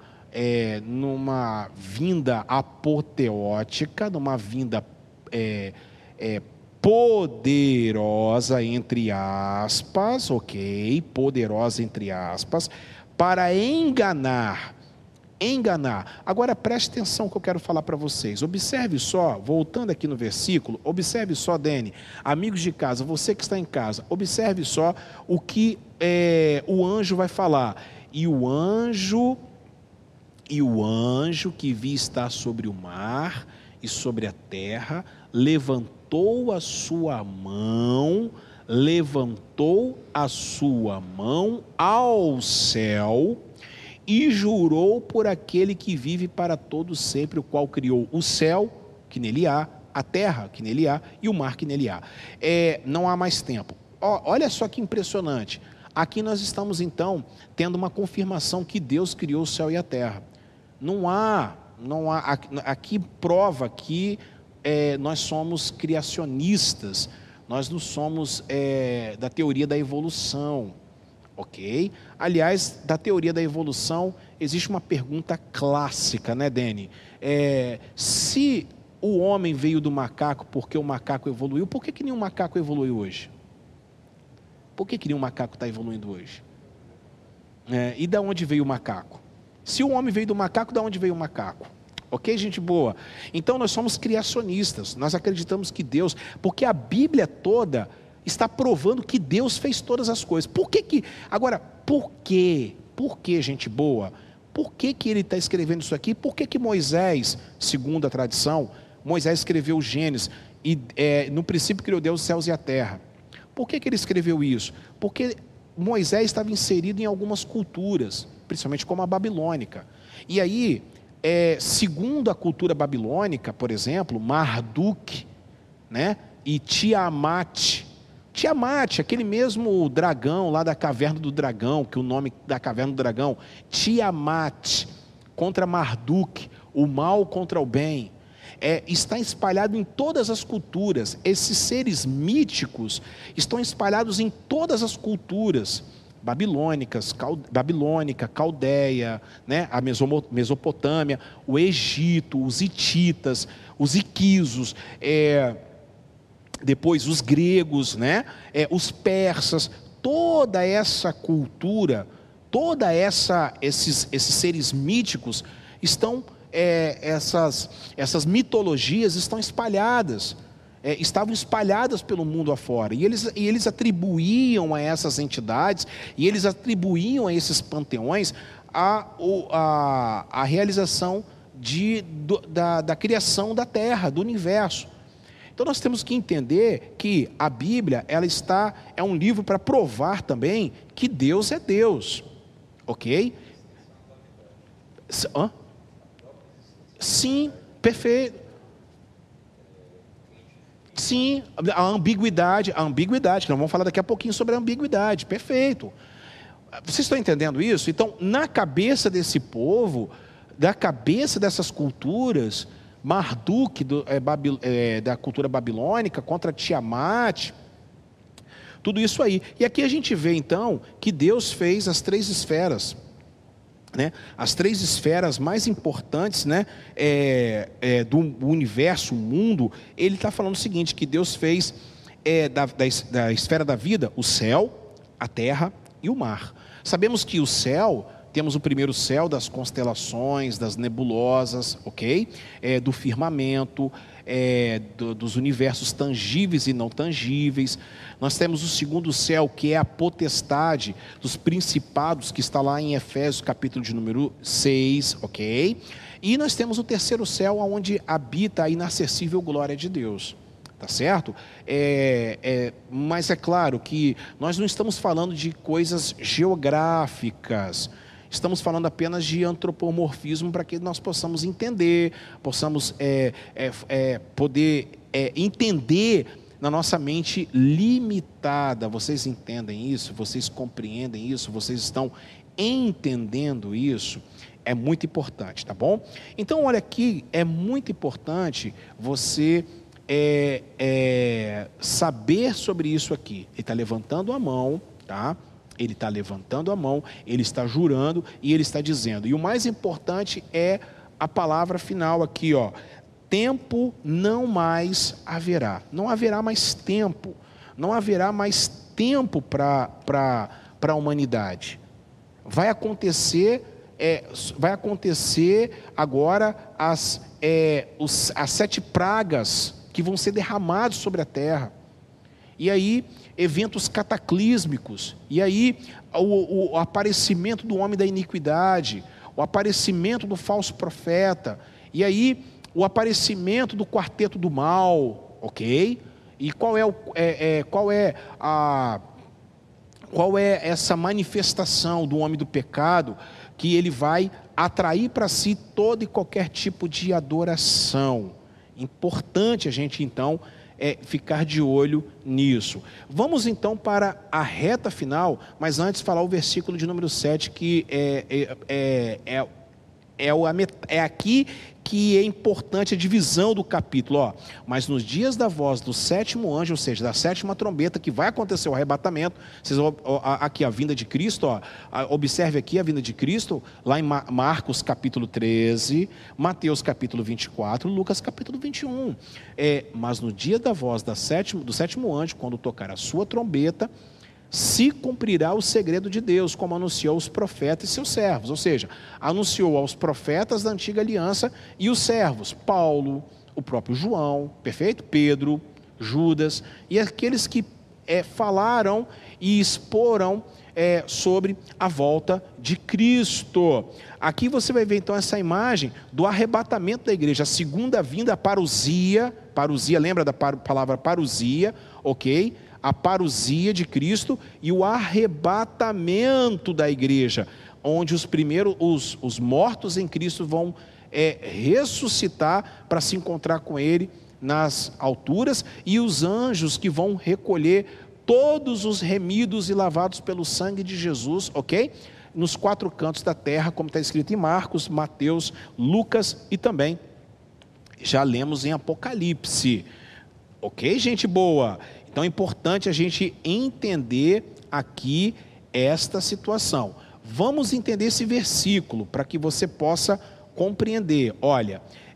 vinda apoteótica, numa vinda poderosa, entre aspas, ok? Poderosa, entre aspas, para enganar. Agora preste atenção que eu quero falar para vocês. Observe só, voltando aqui no versículo, observe só, Dene, amigos de casa, você que está em casa, observe só o que o anjo vai falar. E o anjo que vi estar sobre o mar e sobre a terra, levantou a sua mão ao céu, e jurou por aquele que vive para todo sempre, o qual criou o céu, que nele há, a terra, que nele há, e o mar, que nele há. Não há mais tempo. Olha só que impressionante. Aqui nós estamos, então, tendo uma confirmação que Deus criou o céu e a terra. Não há aqui prova que nós somos criacionistas, nós não somos da teoria da evolução. Ok? Aliás, da teoria da evolução, existe uma pergunta clássica, né, Dene? Se o homem veio do macaco porque o macaco evoluiu, por que nenhum macaco evoluiu hoje? Por que nenhum macaco está evoluindo hoje? E da onde veio o macaco? Se o homem veio do macaco, da onde veio o macaco? Ok, gente boa? Então, nós somos criacionistas, nós acreditamos que Deus, porque a Bíblia toda está provando que Deus fez todas as coisas. Agora, por quê? Por que, gente boa? Por que ele está escrevendo isso aqui? Por que Moisés, segundo a tradição, Moisés escreveu Gênesis, e no princípio criou Deus os céus e a terra? Por que ele escreveu isso? Porque Moisés estava inserido em algumas culturas, principalmente como a babilônica. E aí, segundo a cultura babilônica, por exemplo, Marduk, né, e Tiamat, aquele mesmo dragão lá da caverna do dragão, que o nome da caverna do dragão, Tiamat, contra Marduk, o mal contra o bem, está espalhado em todas as culturas. Esses seres míticos estão espalhados em todas as culturas, babilônica, caldeia, né, a Mesopotâmia, o Egito, os hititas, os iquisos, depois os gregos, né? Os persas, toda essa cultura, esses seres míticos estão, essas mitologias estão espalhadas, estavam espalhadas pelo mundo afora, e eles atribuíam a essas entidades, e eles atribuíam a esses panteões a realização da criação da Terra, do universo. Então nós temos que entender que a Bíblia, é um livro para provar também que Deus é Deus, ok? Sim, perfeito. Sim, a ambiguidade, que nós vamos falar daqui a pouquinho sobre a ambiguidade, perfeito. Vocês estão entendendo isso? Então, na cabeça desse povo, da cabeça dessas culturas, Marduk, da cultura babilônica, contra Tiamat, tudo isso aí. E aqui a gente vê, então, que Deus fez as 3 esferas, né? As 3 esferas mais importantes, né? Do universo, o mundo. Ele está falando o seguinte, que Deus fez da esfera da vida, o céu, a terra e o mar. Sabemos que o céu, temos o primeiro céu das constelações, das nebulosas, ok? Do firmamento, dos universos tangíveis e não tangíveis. Nós temos o segundo céu, que é a potestade dos principados, que está lá em Efésios, capítulo de número 6, ok? E nós temos o terceiro céu, onde habita a inacessível glória de Deus. Tá certo? Mas é claro que nós não estamos falando de coisas geográficas, estamos falando apenas de antropomorfismo, para que nós possamos entender, possamos poder entender na nossa mente limitada. Vocês entendem isso? Vocês compreendem isso? Vocês estão entendendo isso? É muito importante, tá bom? Então, olha aqui, é muito importante você saber sobre isso aqui. Ele está levantando a mão, tá? Ele está levantando a mão, ele está jurando e ele está dizendo. E o mais importante é a palavra final aqui, ó. Tempo não mais haverá. Não haverá mais tempo. Não haverá mais tempo para a humanidade. Vai acontecer agora as 7 pragas que vão ser derramados sobre a terra. E aí, eventos cataclísmicos. E aí, o aparecimento do homem da iniquidade, o aparecimento do falso profeta. E aí, o aparecimento do quarteto do mal, ok? E qual é essa manifestação do homem do pecado? Que ele vai atrair para si todo e qualquer tipo de adoração. Importante a gente, então, ficar de olho nisso. Vamos, então, para a reta final, mas antes falar o versículo de número 7, que é aqui que é importante a divisão do capítulo, ó. Mas nos dias da voz do 7º anjo, ou seja, da 7ª trombeta, que vai acontecer o arrebatamento, vocês vão, aqui a vinda de Cristo, ó, observe aqui a vinda de Cristo, lá em Marcos capítulo 13, Mateus capítulo 24, Lucas capítulo 21, mas no dia da voz do 7º anjo, quando tocar a sua trombeta, se cumprirá o segredo de Deus, como anunciou os profetas e seus servos. Ou seja, anunciou aos profetas da antiga aliança e os servos, Paulo, o próprio João, perfeito? Pedro, Judas, e aqueles que falaram e exporam sobre a volta de Cristo. Aqui você vai ver então essa imagem do arrebatamento da igreja, a segunda vinda, a parousia, lembra da palavra parousia, ok? A parousia de Cristo e o arrebatamento da igreja, onde os mortos em Cristo vão ressuscitar para se encontrar com Ele nas alturas, e os anjos que vão recolher todos os remidos e lavados pelo sangue de Jesus, ok? Nos 4 cantos da terra, como está escrito em Marcos, Mateus, Lucas e também já lemos em Apocalipse, ok, gente boa? Então é importante a gente entender aqui esta situação. Vamos entender esse versículo para que você possa compreender. Olha,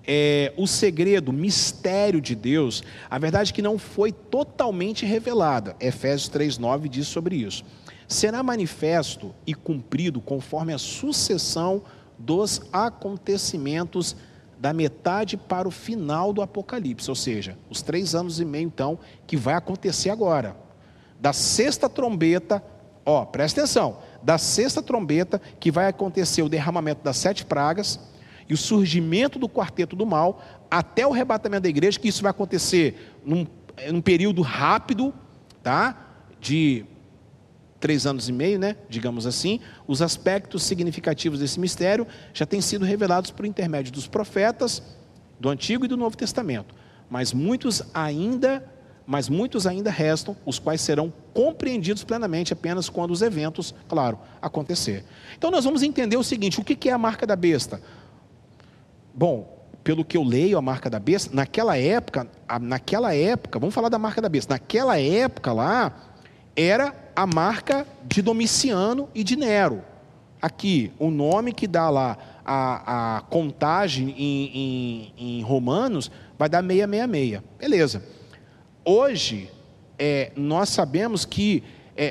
o segredo, mistério de Deus, a verdade que não foi totalmente revelada. Efésios 3,9 diz sobre isso. Será manifesto e cumprido conforme a sucessão dos acontecimentos da metade para o final do Apocalipse, ou seja, os 3 anos e meio, então, que vai acontecer agora. Da sexta trombeta, presta atenção, da sexta trombeta, que vai acontecer o derramamento das 7 pragas e o surgimento do quarteto do mal, até o arrebatamento da igreja, que isso vai acontecer num período rápido, tá? De 3 anos e meio, né? Digamos assim. Os aspectos significativos desse mistério já têm sido revelados por intermédio dos profetas do Antigo e do Novo Testamento, mas muitos ainda restam, os quais serão compreendidos plenamente apenas quando os eventos, claro, acontecer. Então nós vamos entender o seguinte: o que é a marca da besta? Bom, pelo que eu leio, a marca da besta, naquela época, vamos falar da marca da besta, naquela época lá, era a marca de Domiciano e de Nero. Aqui, o nome que dá lá a contagem em Romanos, vai dar 666, beleza. Hoje, nós sabemos que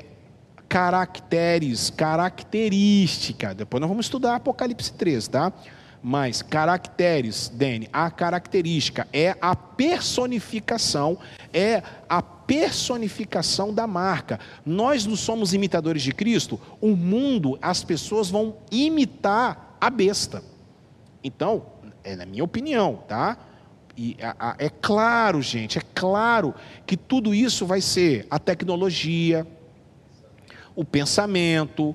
característica, depois nós vamos estudar Apocalipse 13, tá? Mas caracteres, Dene, a característica é a personificação da marca. Nós não somos imitadores de Cristo, o mundo, as pessoas vão imitar a besta. Então, na minha opinião, tá? E é claro, gente, é claro que tudo isso vai ser a tecnologia, o pensamento,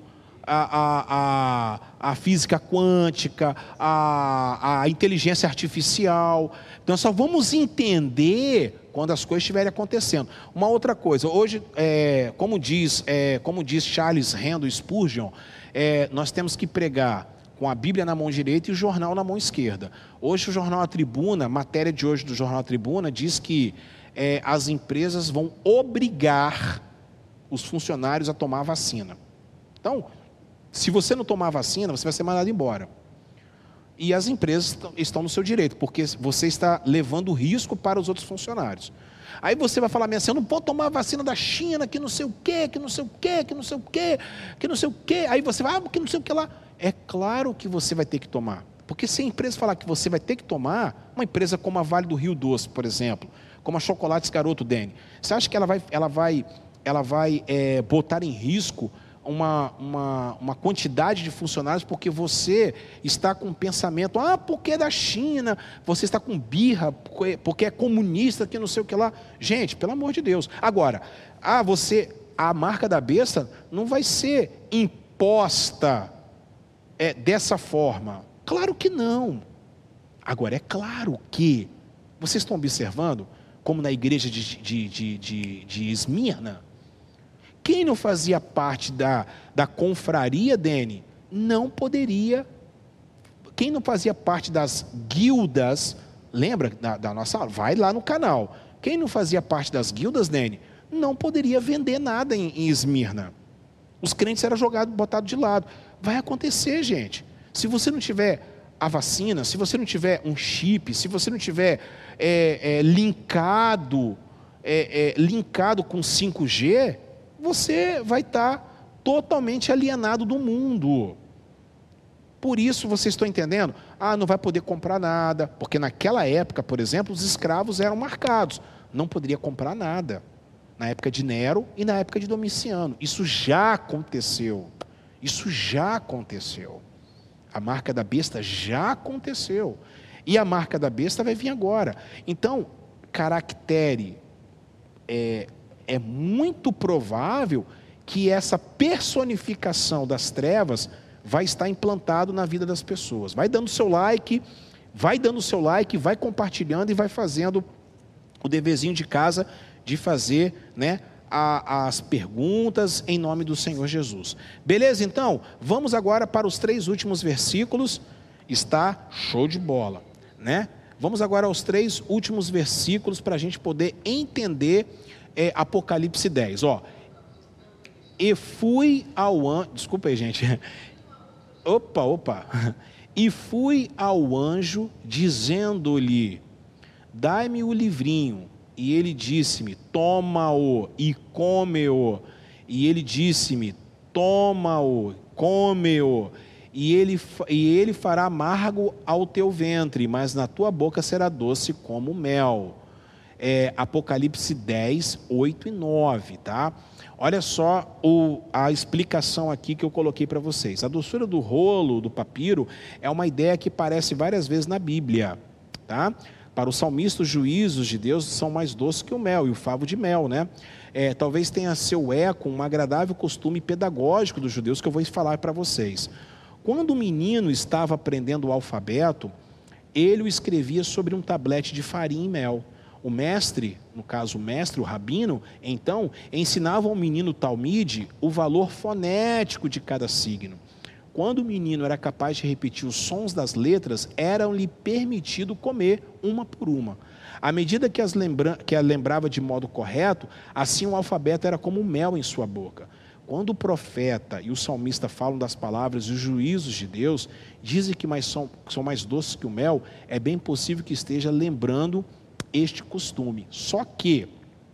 a física quântica, a inteligência artificial. Então, só vamos entender quando as coisas estiverem acontecendo. Uma outra coisa, hoje, como diz Charles Haddon Spurgeon, nós temos que pregar com a Bíblia na mão direita e o jornal na mão esquerda. Hoje o jornal A Tribuna, matéria de hoje do jornal A Tribuna, diz que as empresas vão obrigar os funcionários a tomar a vacina. Então, se você não tomar a vacina, você vai ser mandado embora. E as empresas estão no seu direito, porque você está levando risco para os outros funcionários. Aí você vai falar assim: eu não posso tomar a vacina da China, que não sei o quê, que não sei o quê, que não sei o quê, que não sei o quê. Aí você vai, que não sei o que lá. É claro que você vai ter que tomar. Porque se a empresa falar que você vai ter que tomar, uma empresa como a Vale do Rio Doce, por exemplo, como a Chocolates Garoto Dene, você acha que ela vai botar em risco uma quantidade de funcionários porque você está com pensamento, porque é da China, você está com birra, porque é comunista, que não sei o que lá. Gente, pelo amor de Deus. Agora, a marca da besta não vai ser imposta dessa forma. Claro que não. Agora, é claro que, vocês estão observando, como na igreja de Esmirna, quem não fazia parte da confraria, Dene, não poderia. Quem não fazia parte das guildas, lembra da nossa aula? Vai lá no canal. Quem não fazia parte das guildas, Dene, não poderia vender nada em Esmirna. Os crentes eram botados de lado. Vai acontecer, gente. Se você não tiver a vacina, se você não tiver um chip, se você não tiver linkado com 5G, você vai estar totalmente alienado do mundo. Por isso, vocês estão entendendo? Não vai poder comprar nada, porque naquela época, por exemplo, os escravos eram marcados, não poderia comprar nada. Na época de Nero e na época de Domiciano. Isso já aconteceu. Isso já aconteceu. A marca da besta já aconteceu. E a marca da besta vai vir agora. Então, caractere, é muito provável que essa personificação das trevas vai estar implantado na vida das pessoas. Vai dando seu like, vai compartilhando e vai fazendo o deverzinho de casa de fazer, as perguntas em nome do Senhor Jesus. Beleza? Então, vamos agora para os 3 últimos versículos. Está show de bola, Vamos agora aos 3 últimos versículos para a gente poder entender Apocalipse 10. E fui ao anjo. Desculpa aí, gente. Opa. E fui ao anjo, dizendo-lhe: dai-me o livrinho. E ele disse-me: toma-o e come-o. E ele disse-me: toma-o, come-o. E ele fará amargo ao teu ventre, mas na tua boca será doce como mel. Apocalipse 10, 8 e 9, tá? Olha só a explicação aqui que eu coloquei para vocês. A doçura do rolo, do papiro, é uma ideia que aparece várias vezes na Bíblia, tá? Para o salmista, os juízos de Deus são mais doces que o mel e o favo de mel, né? Talvez tenha seu eco um agradável costume pedagógico dos judeus que eu vou falar para vocês. Quando o menino estava aprendendo o alfabeto, ele o escrevia sobre um tablete de farinha e mel. O mestre, no caso o mestre, o rabino, então, ensinava ao menino talmide o valor fonético de cada signo. Quando o menino era capaz de repetir os sons das letras, era-lhe permitido comer uma por uma. À medida que a lembrava de modo correto, assim o alfabeto era como mel em sua boca. Quando o profeta e o salmista falam das palavras e os juízos de Deus, dizem que são mais doces que o mel, é bem possível que esteja lembrando este costume. Só que,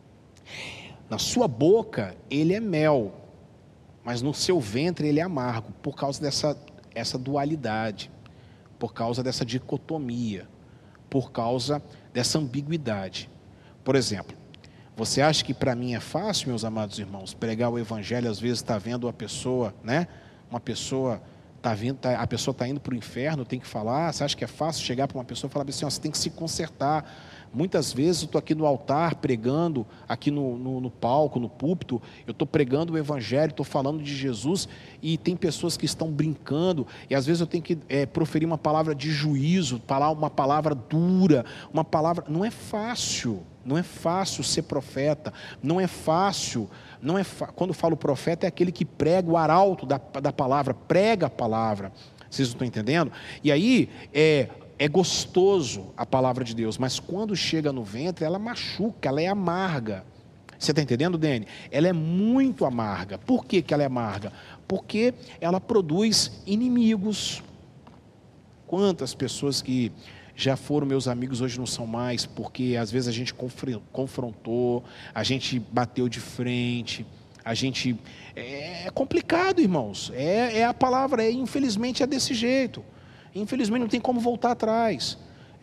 na sua boca, ele é mel, mas no seu ventre ele é amargo, por causa dessa dualidade, por causa dessa dicotomia, por causa dessa ambiguidade. Por exemplo, você acha que para mim é fácil, meus amados irmãos, pregar o evangelho? Às vezes está vendo a pessoa, né? Uma pessoa a pessoa está indo para o inferno, tem que falar. Você acha que é fácil chegar para uma pessoa e falar assim: ó, você tem que se consertar? Muitas vezes eu estou aqui no altar pregando, aqui no palco, no púlpito, eu estou pregando o evangelho, estou falando de Jesus, e tem pessoas que estão brincando, e às vezes eu tenho que proferir uma palavra de juízo, falar uma palavra dura, uma palavra. Não é fácil ser profeta, não é fácil. Quando falo profeta, é aquele que prega o arauto da palavra, prega a palavra. Vocês estão entendendo? E aí, é gostoso a palavra de Deus, mas quando chega no ventre, ela machuca, ela é amarga. Você está entendendo, Dene? Ela é muito amarga. Por que ela é amarga? Porque ela produz inimigos. Quantas pessoas que já foram meus amigos, hoje não são mais, porque às vezes a gente confrontou, a gente bateu de frente, a gente... É complicado, irmãos. A palavra, infelizmente é desse jeito. Infelizmente não tem como voltar atrás.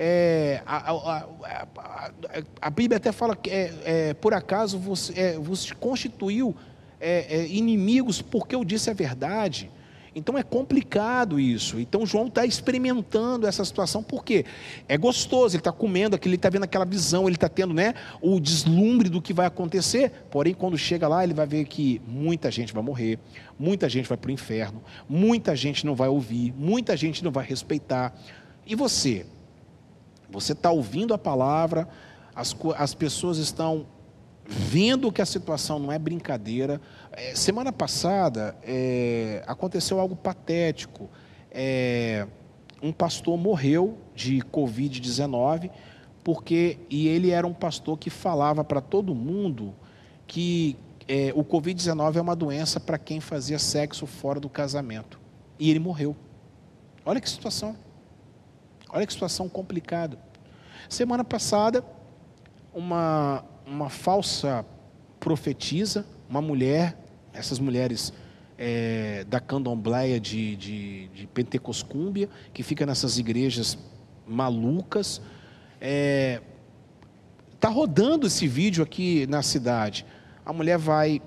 A Bíblia até fala que por acaso você constituiu inimigos porque eu disse a verdade. Então é complicado isso. Então João está experimentando essa situação, porque é gostoso, ele está comendo aquilo, ele está vendo aquela visão, ele está tendo, né, o deslumbre do que vai acontecer. Porém, quando chega lá, ele vai ver que muita gente vai morrer, muita gente vai para o inferno, muita gente não vai ouvir, muita gente não vai respeitar. E você? Você está ouvindo a palavra, as pessoas estão vendo que a situação não é brincadeira. Semana passada aconteceu algo patético. Um pastor morreu de Covid-19, e ele era um pastor que falava para todo mundo que o Covid-19 é uma doença para quem fazia sexo fora do casamento. E ele morreu. Olha que situação. Olha que situação complicada. Semana passada, uma falsa profetisa, uma mulher, essas mulheres da candomblé de Pentecoscúmbia, que fica nessas igrejas malucas, está rodando esse vídeo aqui na cidade. A mulher vai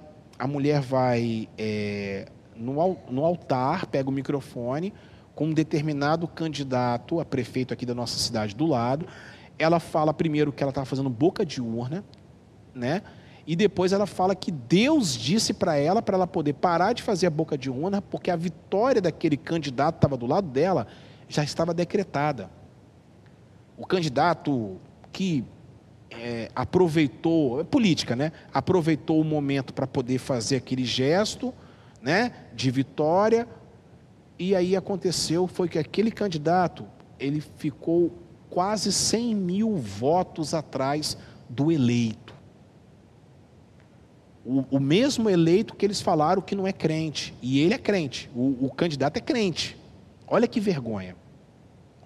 no altar, pega o microfone com um determinado candidato a prefeito aqui da nossa cidade do lado. Ela fala primeiro que ela estava fazendo boca de urna, né? E depois ela fala que Deus disse para ela poder parar de fazer a boca de urna, porque a vitória daquele candidato que estava do lado dela já estava decretada. O candidato que aproveitou, política, né? Aproveitou o momento para poder fazer aquele gesto, né, de vitória, e aí foi que aquele candidato, ele ficou quase 100 mil votos atrás do eleito. O mesmo eleito que eles falaram que não é crente, e ele é crente, o candidato é crente. Olha que vergonha.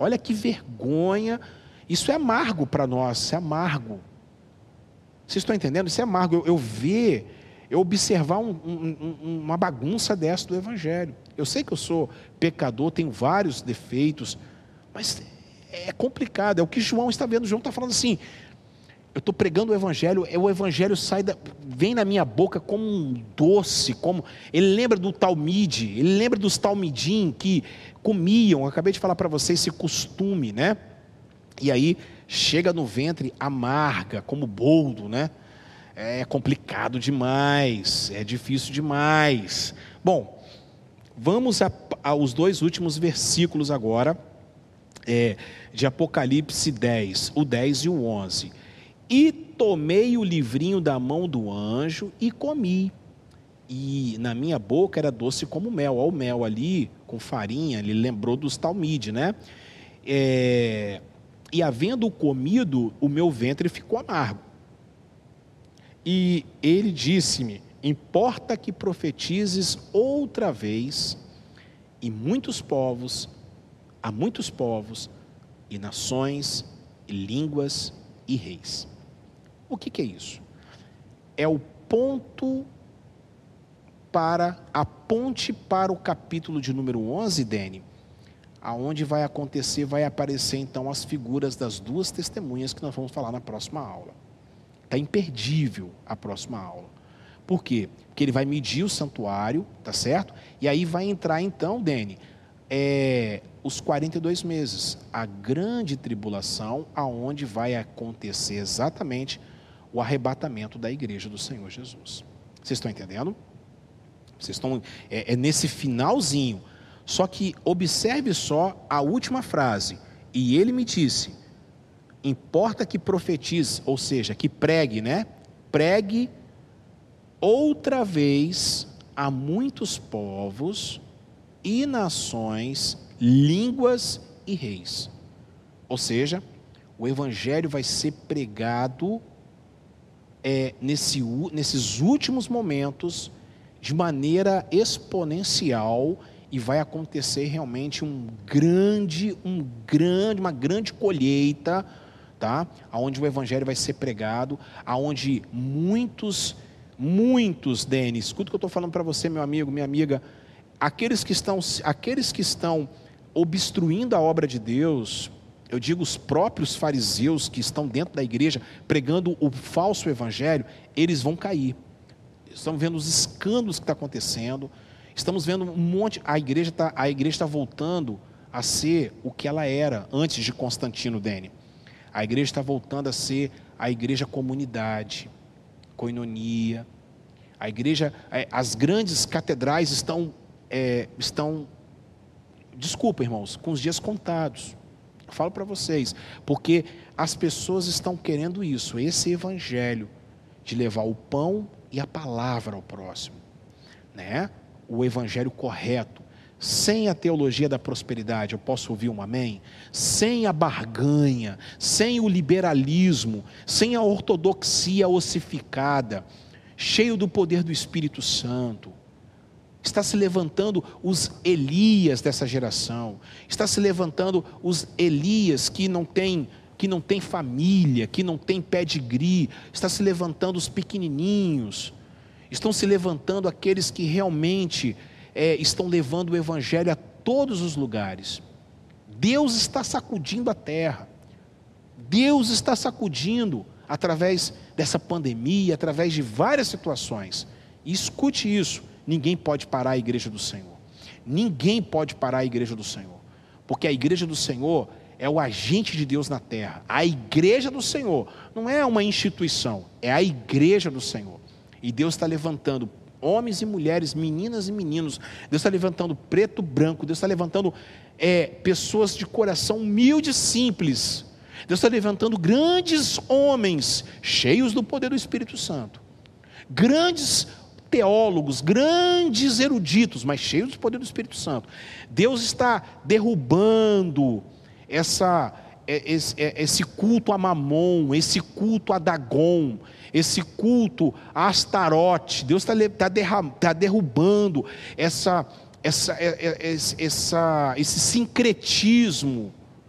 Olha que vergonha. Isso é amargo para nós, isso é amargo. Vocês estão entendendo? Isso é amargo. Eu observar uma bagunça dessa do Evangelho. Eu sei que eu sou pecador, tenho vários defeitos, mas é complicado. É o que João está vendo. João está falando assim: eu estou pregando o Evangelho vem na minha boca como um doce, ele lembra do talmide, ele lembra dos talmidim que comiam. Eu acabei de falar para vocês esse costume, né? E aí chega no ventre, amarga, como boldo, né? É complicado demais, é difícil demais. Bom, vamos aos 2 últimos versículos agora, de Apocalipse 10, o 10 e o 11. E tomei o livrinho da mão do anjo e comi. E na minha boca era doce como mel. Olha o mel ali, com farinha, ele lembrou dos talmide, né? E havendo comido, o meu ventre ficou amargo. E ele disse-me: importa que profetizes outra vez, e a muitos povos, e nações, e línguas, e reis. O que é isso? É o ponto a ponte para o capítulo de número 11, Dene, aonde vai aparecer então as figuras das 2 testemunhas que nós vamos falar na próxima aula. Está imperdível a próxima aula. Por quê? Porque ele vai medir o santuário, tá certo? E aí vai entrar então, Dene, os 42 meses, a grande tribulação, aonde vai acontecer exatamente o arrebatamento da igreja do Senhor Jesus. Vocês estão entendendo? Vocês estão, nesse finalzinho. Só que observe só a última frase. E ele me disse: importa que profetize, ou seja, que pregue, né? Pregue outra vez a muitos povos e nações, línguas e reis. Ou seja, o Evangelho vai ser pregado nesses últimos momentos de maneira exponencial, e vai acontecer realmente uma grande colheita, tá? Onde o Evangelho vai ser pregado, aonde muitos, Denis, escuta o que eu estou falando para você, meu amigo, minha amiga, aqueles que estão obstruindo a obra de Deus, eu digo os próprios fariseus que estão dentro da igreja pregando o falso evangelho, eles vão cair. Estamos vendo os escândalos que estão acontecendo, estamos vendo um monte. A igreja está voltando a ser o que ela era antes de Constantino, Dene. A igreja está voltando a ser a igreja comunidade, coinonia. A igreja, as grandes catedrais estão, desculpa, irmãos, com os dias contados. Eu falo para vocês, porque as pessoas estão querendo isso, esse evangelho de levar o pão e a palavra ao próximo, né? O evangelho correto, sem a teologia da prosperidade. Eu posso ouvir um amém? Sem a barganha, sem o liberalismo, sem a ortodoxia ossificada, cheio do poder do Espírito Santo. Está se levantando os Elias dessa geração, está se levantando os Elias que não tem família, que não tem pedigree, está se levantando os pequenininhos, estão se levantando aqueles que realmente estão levando o evangelho a todos os lugares. Deus está sacudindo a terra, Deus está sacudindo através dessa pandemia, através de várias situações. E escute isso: ninguém pode parar a igreja do Senhor, ninguém pode parar a igreja do Senhor, porque a igreja do Senhor é o agente de Deus na terra. A igreja do Senhor não é uma instituição, é a igreja do Senhor. E Deus está levantando homens e mulheres, meninas e meninos. Deus está levantando preto, branco. Deus está levantando pessoas de coração humilde e simples. Deus está levantando grandes homens, cheios do poder do Espírito Santo. Grandes teólogos, grandes eruditos, mas cheios do poder do Espírito Santo. Deus está derrubando esse culto a Mamon, esse culto a Dagon, esse culto a Astarote. Deus está derrubando esse sincretismo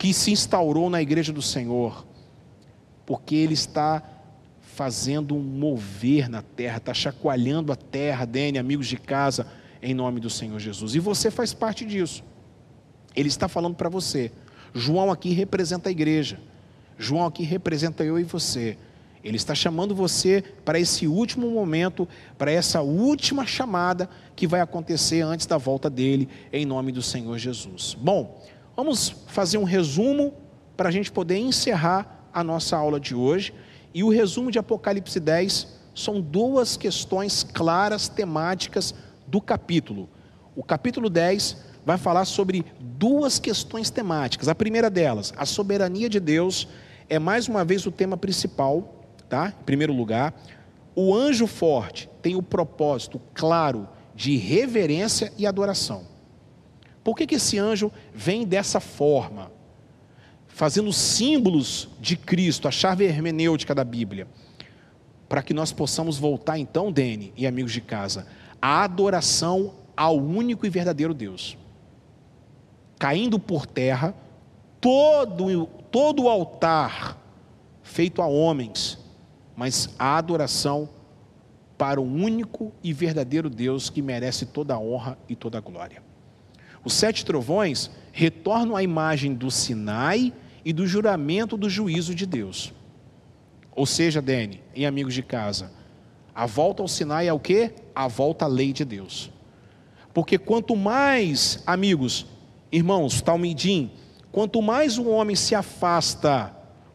que se instaurou na igreja do Senhor, porque Ele está fazendo um mover na terra, está chacoalhando a terra, Dene, amigos de casa, em nome do Senhor Jesus. E você faz parte disso. Ele está falando para você. João aqui representa a igreja. João aqui representa eu e você. Ele está chamando você para esse último momento, para essa última chamada que vai acontecer antes da volta dele, em nome do Senhor Jesus. Bom, vamos fazer um resumo para a gente poder encerrar a nossa aula de hoje. E o resumo de Apocalipse 10 são duas questões claras, temáticas do capítulo. O capítulo 10 vai falar sobre duas questões temáticas. A primeira delas, a soberania de Deus, é mais uma vez o tema principal, tá? Em primeiro lugar. O anjo forte tem o propósito claro de reverência e adoração. Por que esse anjo vem dessa forma? Fazendo símbolos de Cristo, a chave hermenêutica da Bíblia, para que nós possamos voltar então, Dene e amigos de casa, à adoração ao único e verdadeiro Deus, caindo por terra todo o altar feito a homens, mas a adoração para o único e verdadeiro Deus que merece toda a honra e toda a glória. Os 7 trovões retornam à imagem do Sinai e do juramento do juízo de Deus. Ou seja, Dene e amigos de casa, a volta ao Sinai é o quê? A volta à lei de Deus. Porque quanto mais, amigos, irmãos, Talmidim, quanto mais o homem se afasta,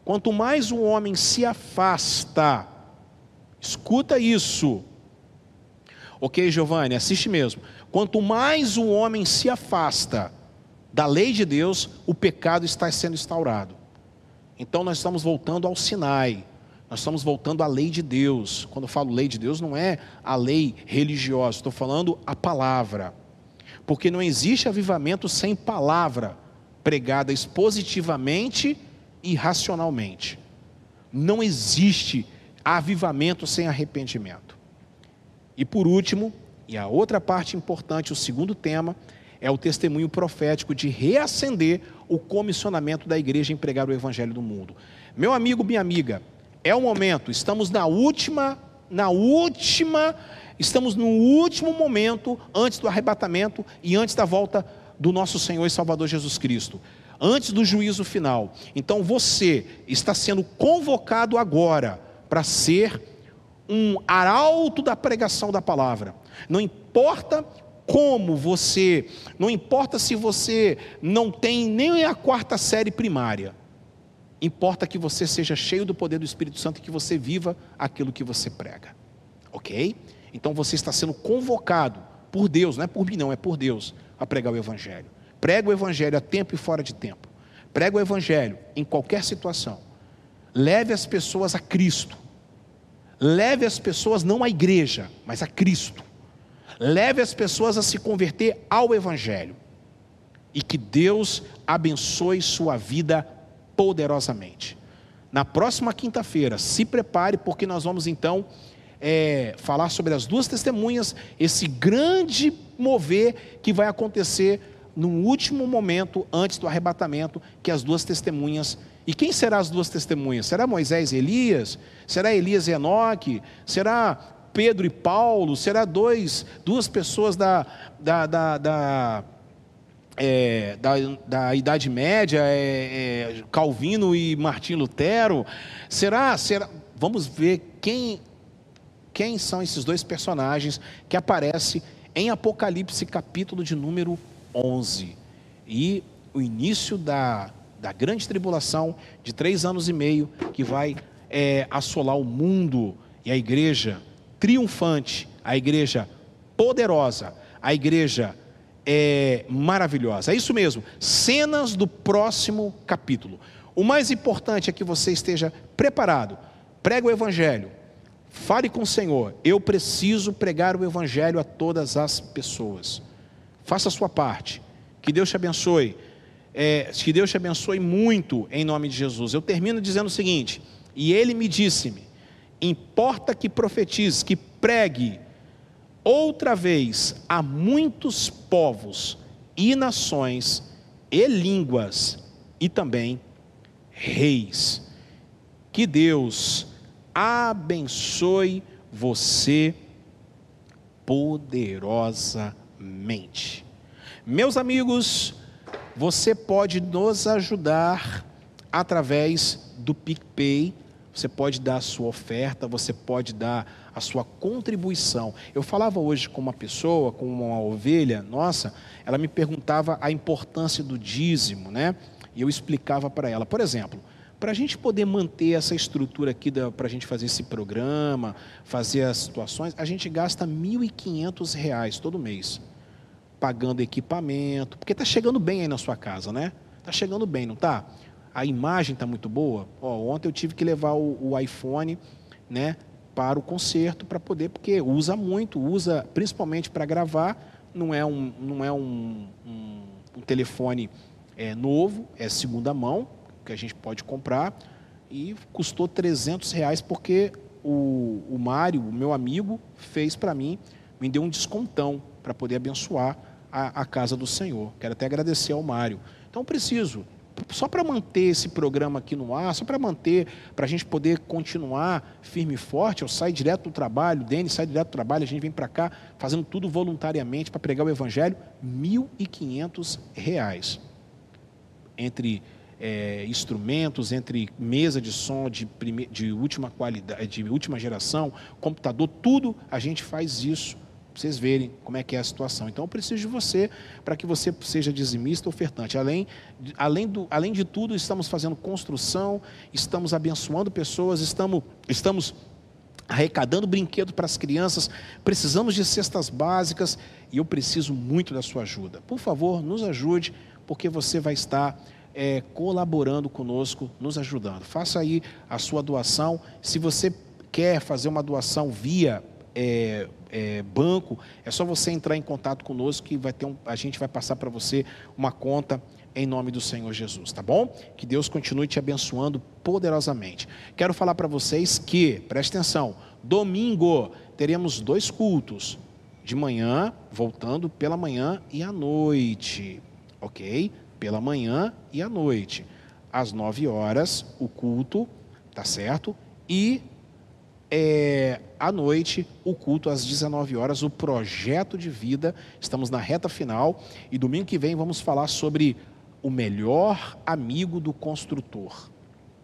escuta isso. Ok, Giovanni, assiste mesmo. Quanto mais o homem se afasta da lei de Deus, o pecado está sendo instaurado. Então nós estamos voltando ao Sinai, nós estamos voltando à lei de Deus. Quando eu falo lei de Deus, não é a lei religiosa, estou falando a palavra. Porque não existe avivamento sem palavra pregada expositivamente e racionalmente. Não existe avivamento sem arrependimento. E por último, e a outra parte importante, o segundo tema, é o testemunho profético de reacender o comissionamento da igreja em pregar o evangelho do mundo. Meu amigo, minha amiga, é o momento, estamos estamos no último momento antes do arrebatamento e antes da volta do nosso Senhor e Salvador Jesus Cristo, antes do juízo final. Então você está sendo convocado agora para ser um arauto da pregação da palavra. Não importa como você, não importa se você não tem nem a 4ª série primária, importa que você seja cheio do poder do Espírito Santo e que você viva aquilo que você prega, ok? Então você está sendo convocado por Deus, não é por mim não, é por Deus, a pregar o Evangelho. Prega o Evangelho a tempo e fora de tempo, prega o Evangelho em qualquer situação, leve as pessoas a Cristo, leve as pessoas não à igreja, mas a Cristo. Leve as pessoas a se converter ao Evangelho. E que Deus abençoe sua vida poderosamente. Na próxima quinta-feira, se prepare, porque nós vamos então falar sobre as 2 testemunhas, esse grande mover que vai acontecer no último momento, antes do arrebatamento, que as 2 testemunhas. E quem serão as 2 testemunhas? Será Moisés e Elias? Será Elias e Enoque? Será Pedro e Paulo? Será duas pessoas da Idade Média, Calvino e Martim Lutero? Será? Vamos ver quem são esses 2 personagens que aparecem em Apocalipse capítulo de número 11. E o início da grande tribulação de 3 anos e meio que vai assolar o mundo e a igreja triunfante, a igreja poderosa, a igreja maravilhosa. É isso mesmo, cenas do próximo capítulo. O mais importante é que você esteja preparado. Prega o Evangelho, fale com o Senhor. Eu preciso pregar o Evangelho a todas as pessoas. Faça a sua parte. Que Deus te abençoe. Que Deus te abençoe muito em nome de Jesus. Eu termino dizendo o seguinte: e ele me disse-me, importa que profetize, que pregue outra vez a muitos povos e nações e línguas e também reis. Que Deus abençoe você poderosamente. Meus amigos, você pode nos ajudar através do PicPay. Você pode dar a sua oferta, você pode dar a sua contribuição. Eu falava hoje com uma pessoa, com uma ovelha nossa, ela me perguntava a importância do dízimo, né? E eu explicava para ela, por exemplo, para a gente poder manter essa estrutura aqui, para a gente fazer esse programa, fazer as situações, a gente gasta R$ 1.500 todo mês, pagando equipamento, porque está chegando bem aí na sua casa, né? Está chegando bem, não está? A imagem está muito boa. Ontem eu tive que levar o iPhone, né, para o concerto, para poder, porque usa muito, usa principalmente para gravar, não é um telefone novo, é segunda mão, que a gente pode comprar, e custou R$ 300, porque o Mário, o meu amigo, fez para mim, me deu um descontão para poder abençoar a casa do Senhor. Quero até agradecer ao Mário. Então, preciso, só para manter esse programa aqui no ar, só para manter, para a gente poder continuar firme e forte, eu saio direto do trabalho, o Denis sai direto do trabalho, a gente vem para cá, fazendo tudo voluntariamente para pregar o Evangelho, R$ 1.500. Entre instrumentos, entre mesa de som de última qualidade, de última geração, computador, tudo a gente faz isso, para vocês verem como é que é a situação. Então eu preciso de você, para que você seja dizimista, ofertante. Além de tudo, estamos fazendo construção, estamos abençoando pessoas, estamos arrecadando brinquedo para as crianças, precisamos de cestas básicas, e eu preciso muito da sua ajuda. Por favor, nos ajude, porque você vai estar colaborando conosco, nos ajudando. Faça aí a sua doação. Se você quer fazer uma doação via banco, é só você entrar em contato conosco, que a gente vai passar para você uma conta em nome do Senhor Jesus, tá bom? Que Deus continue te abençoando poderosamente. Quero falar para vocês que, preste atenção, domingo teremos 2 cultos, de manhã, voltando pela manhã e à noite, ok? Pela manhã e à noite, às 9 horas, o culto, tá certo? E à noite, o culto às 19 horas, o projeto de vida. Estamos na reta final e domingo que vem vamos falar sobre o melhor amigo do construtor.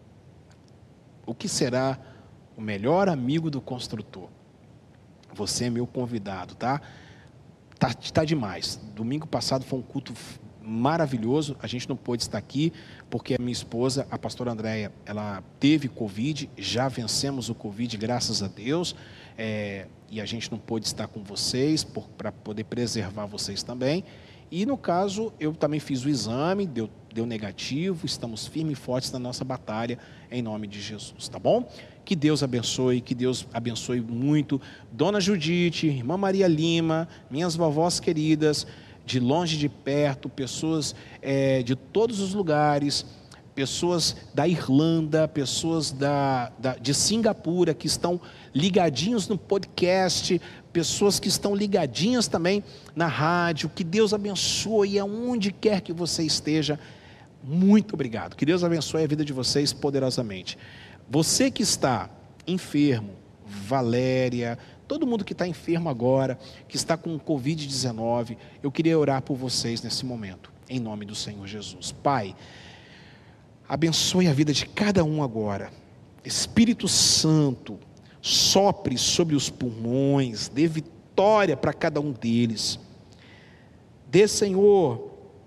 O que será o melhor amigo do construtor? Você é meu convidado, tá? Tá demais. Domingo passado foi um culto maravilhoso. A gente não pôde estar aqui porque a minha esposa, a pastora Andréia, ela teve Covid, já vencemos o Covid, graças a Deus, e a gente não pôde estar com vocês para poder preservar vocês também. E no caso, eu também fiz o exame, deu negativo, estamos firmes e fortes na nossa batalha, em nome de Jesus, tá bom? Que Deus abençoe muito Dona Judite, Irmã Maria Lima, minhas vovós queridas, de longe e de perto, pessoas de todos os lugares, pessoas da Irlanda, pessoas de Singapura, que estão ligadinhos no podcast, pessoas que estão ligadinhas também na rádio. Que Deus abençoe aonde quer que você esteja. Muito obrigado. Que Deus abençoe a vida de vocês poderosamente. Você que está enfermo, Valéria, todo mundo que está enfermo agora, que está com Covid-19, eu queria orar por vocês nesse momento, em nome do Senhor Jesus. Pai, abençoe a vida de cada um agora. Espírito Santo, sopre sobre os pulmões, dê vitória para cada um deles. Dê, Senhor,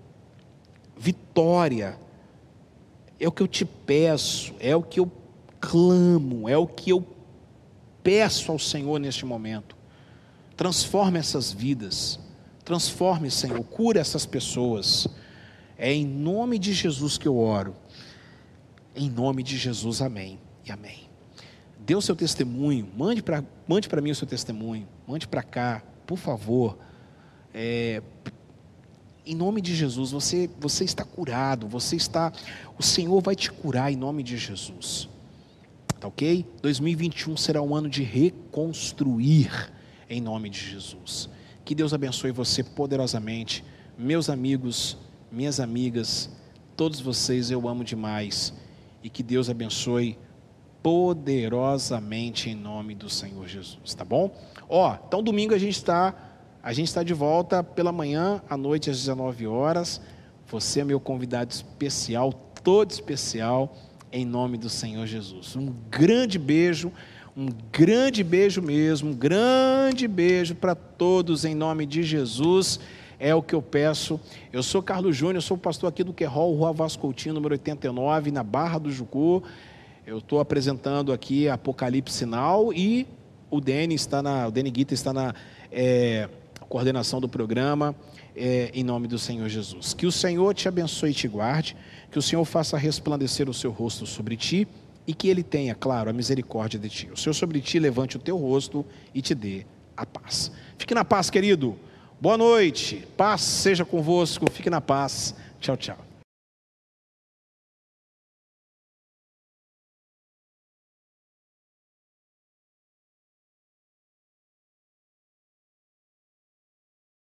vitória. É o que eu te peço, é o que eu clamo, é o que eu peço ao Senhor neste momento. Transforme essas vidas, transforme, Senhor, cura essas pessoas. É em nome de Jesus que eu oro, em nome de Jesus, amém e amém. Dê o seu testemunho, mande para mim o seu testemunho, mande para cá, por favor. Em nome de Jesus, você está curado, o Senhor vai te curar em nome de Jesus. Tá ok? 2021 será um ano de reconstruir em nome de Jesus. Que Deus abençoe você poderosamente, meus amigos, minhas amigas, todos vocês eu amo demais. E que Deus abençoe poderosamente em nome do Senhor Jesus, tá bom? Então domingo a gente está de volta pela manhã, à noite às 19 horas. Você é meu convidado especial, todo especial, em nome do Senhor Jesus. Um grande beijo mesmo, um grande beijo para todos em nome de Jesus. É o que eu peço. Eu sou Carlos Júnior, sou pastor aqui do QROL, Rua Vasco Coutinho, número 89, na Barra do Jucu. Eu estou apresentando aqui Apocalipse Sinal e o Deni Guita está na coordenação do programa, em nome do Senhor Jesus. Que o Senhor te abençoe e te guarde, que o Senhor faça resplandecer o seu rosto sobre ti e que Ele tenha, claro, a misericórdia de ti. O Senhor sobre ti levante o teu rosto e te dê a paz. Fique na paz, querido. Boa noite. Paz seja convosco. Fique na paz. Tchau, tchau.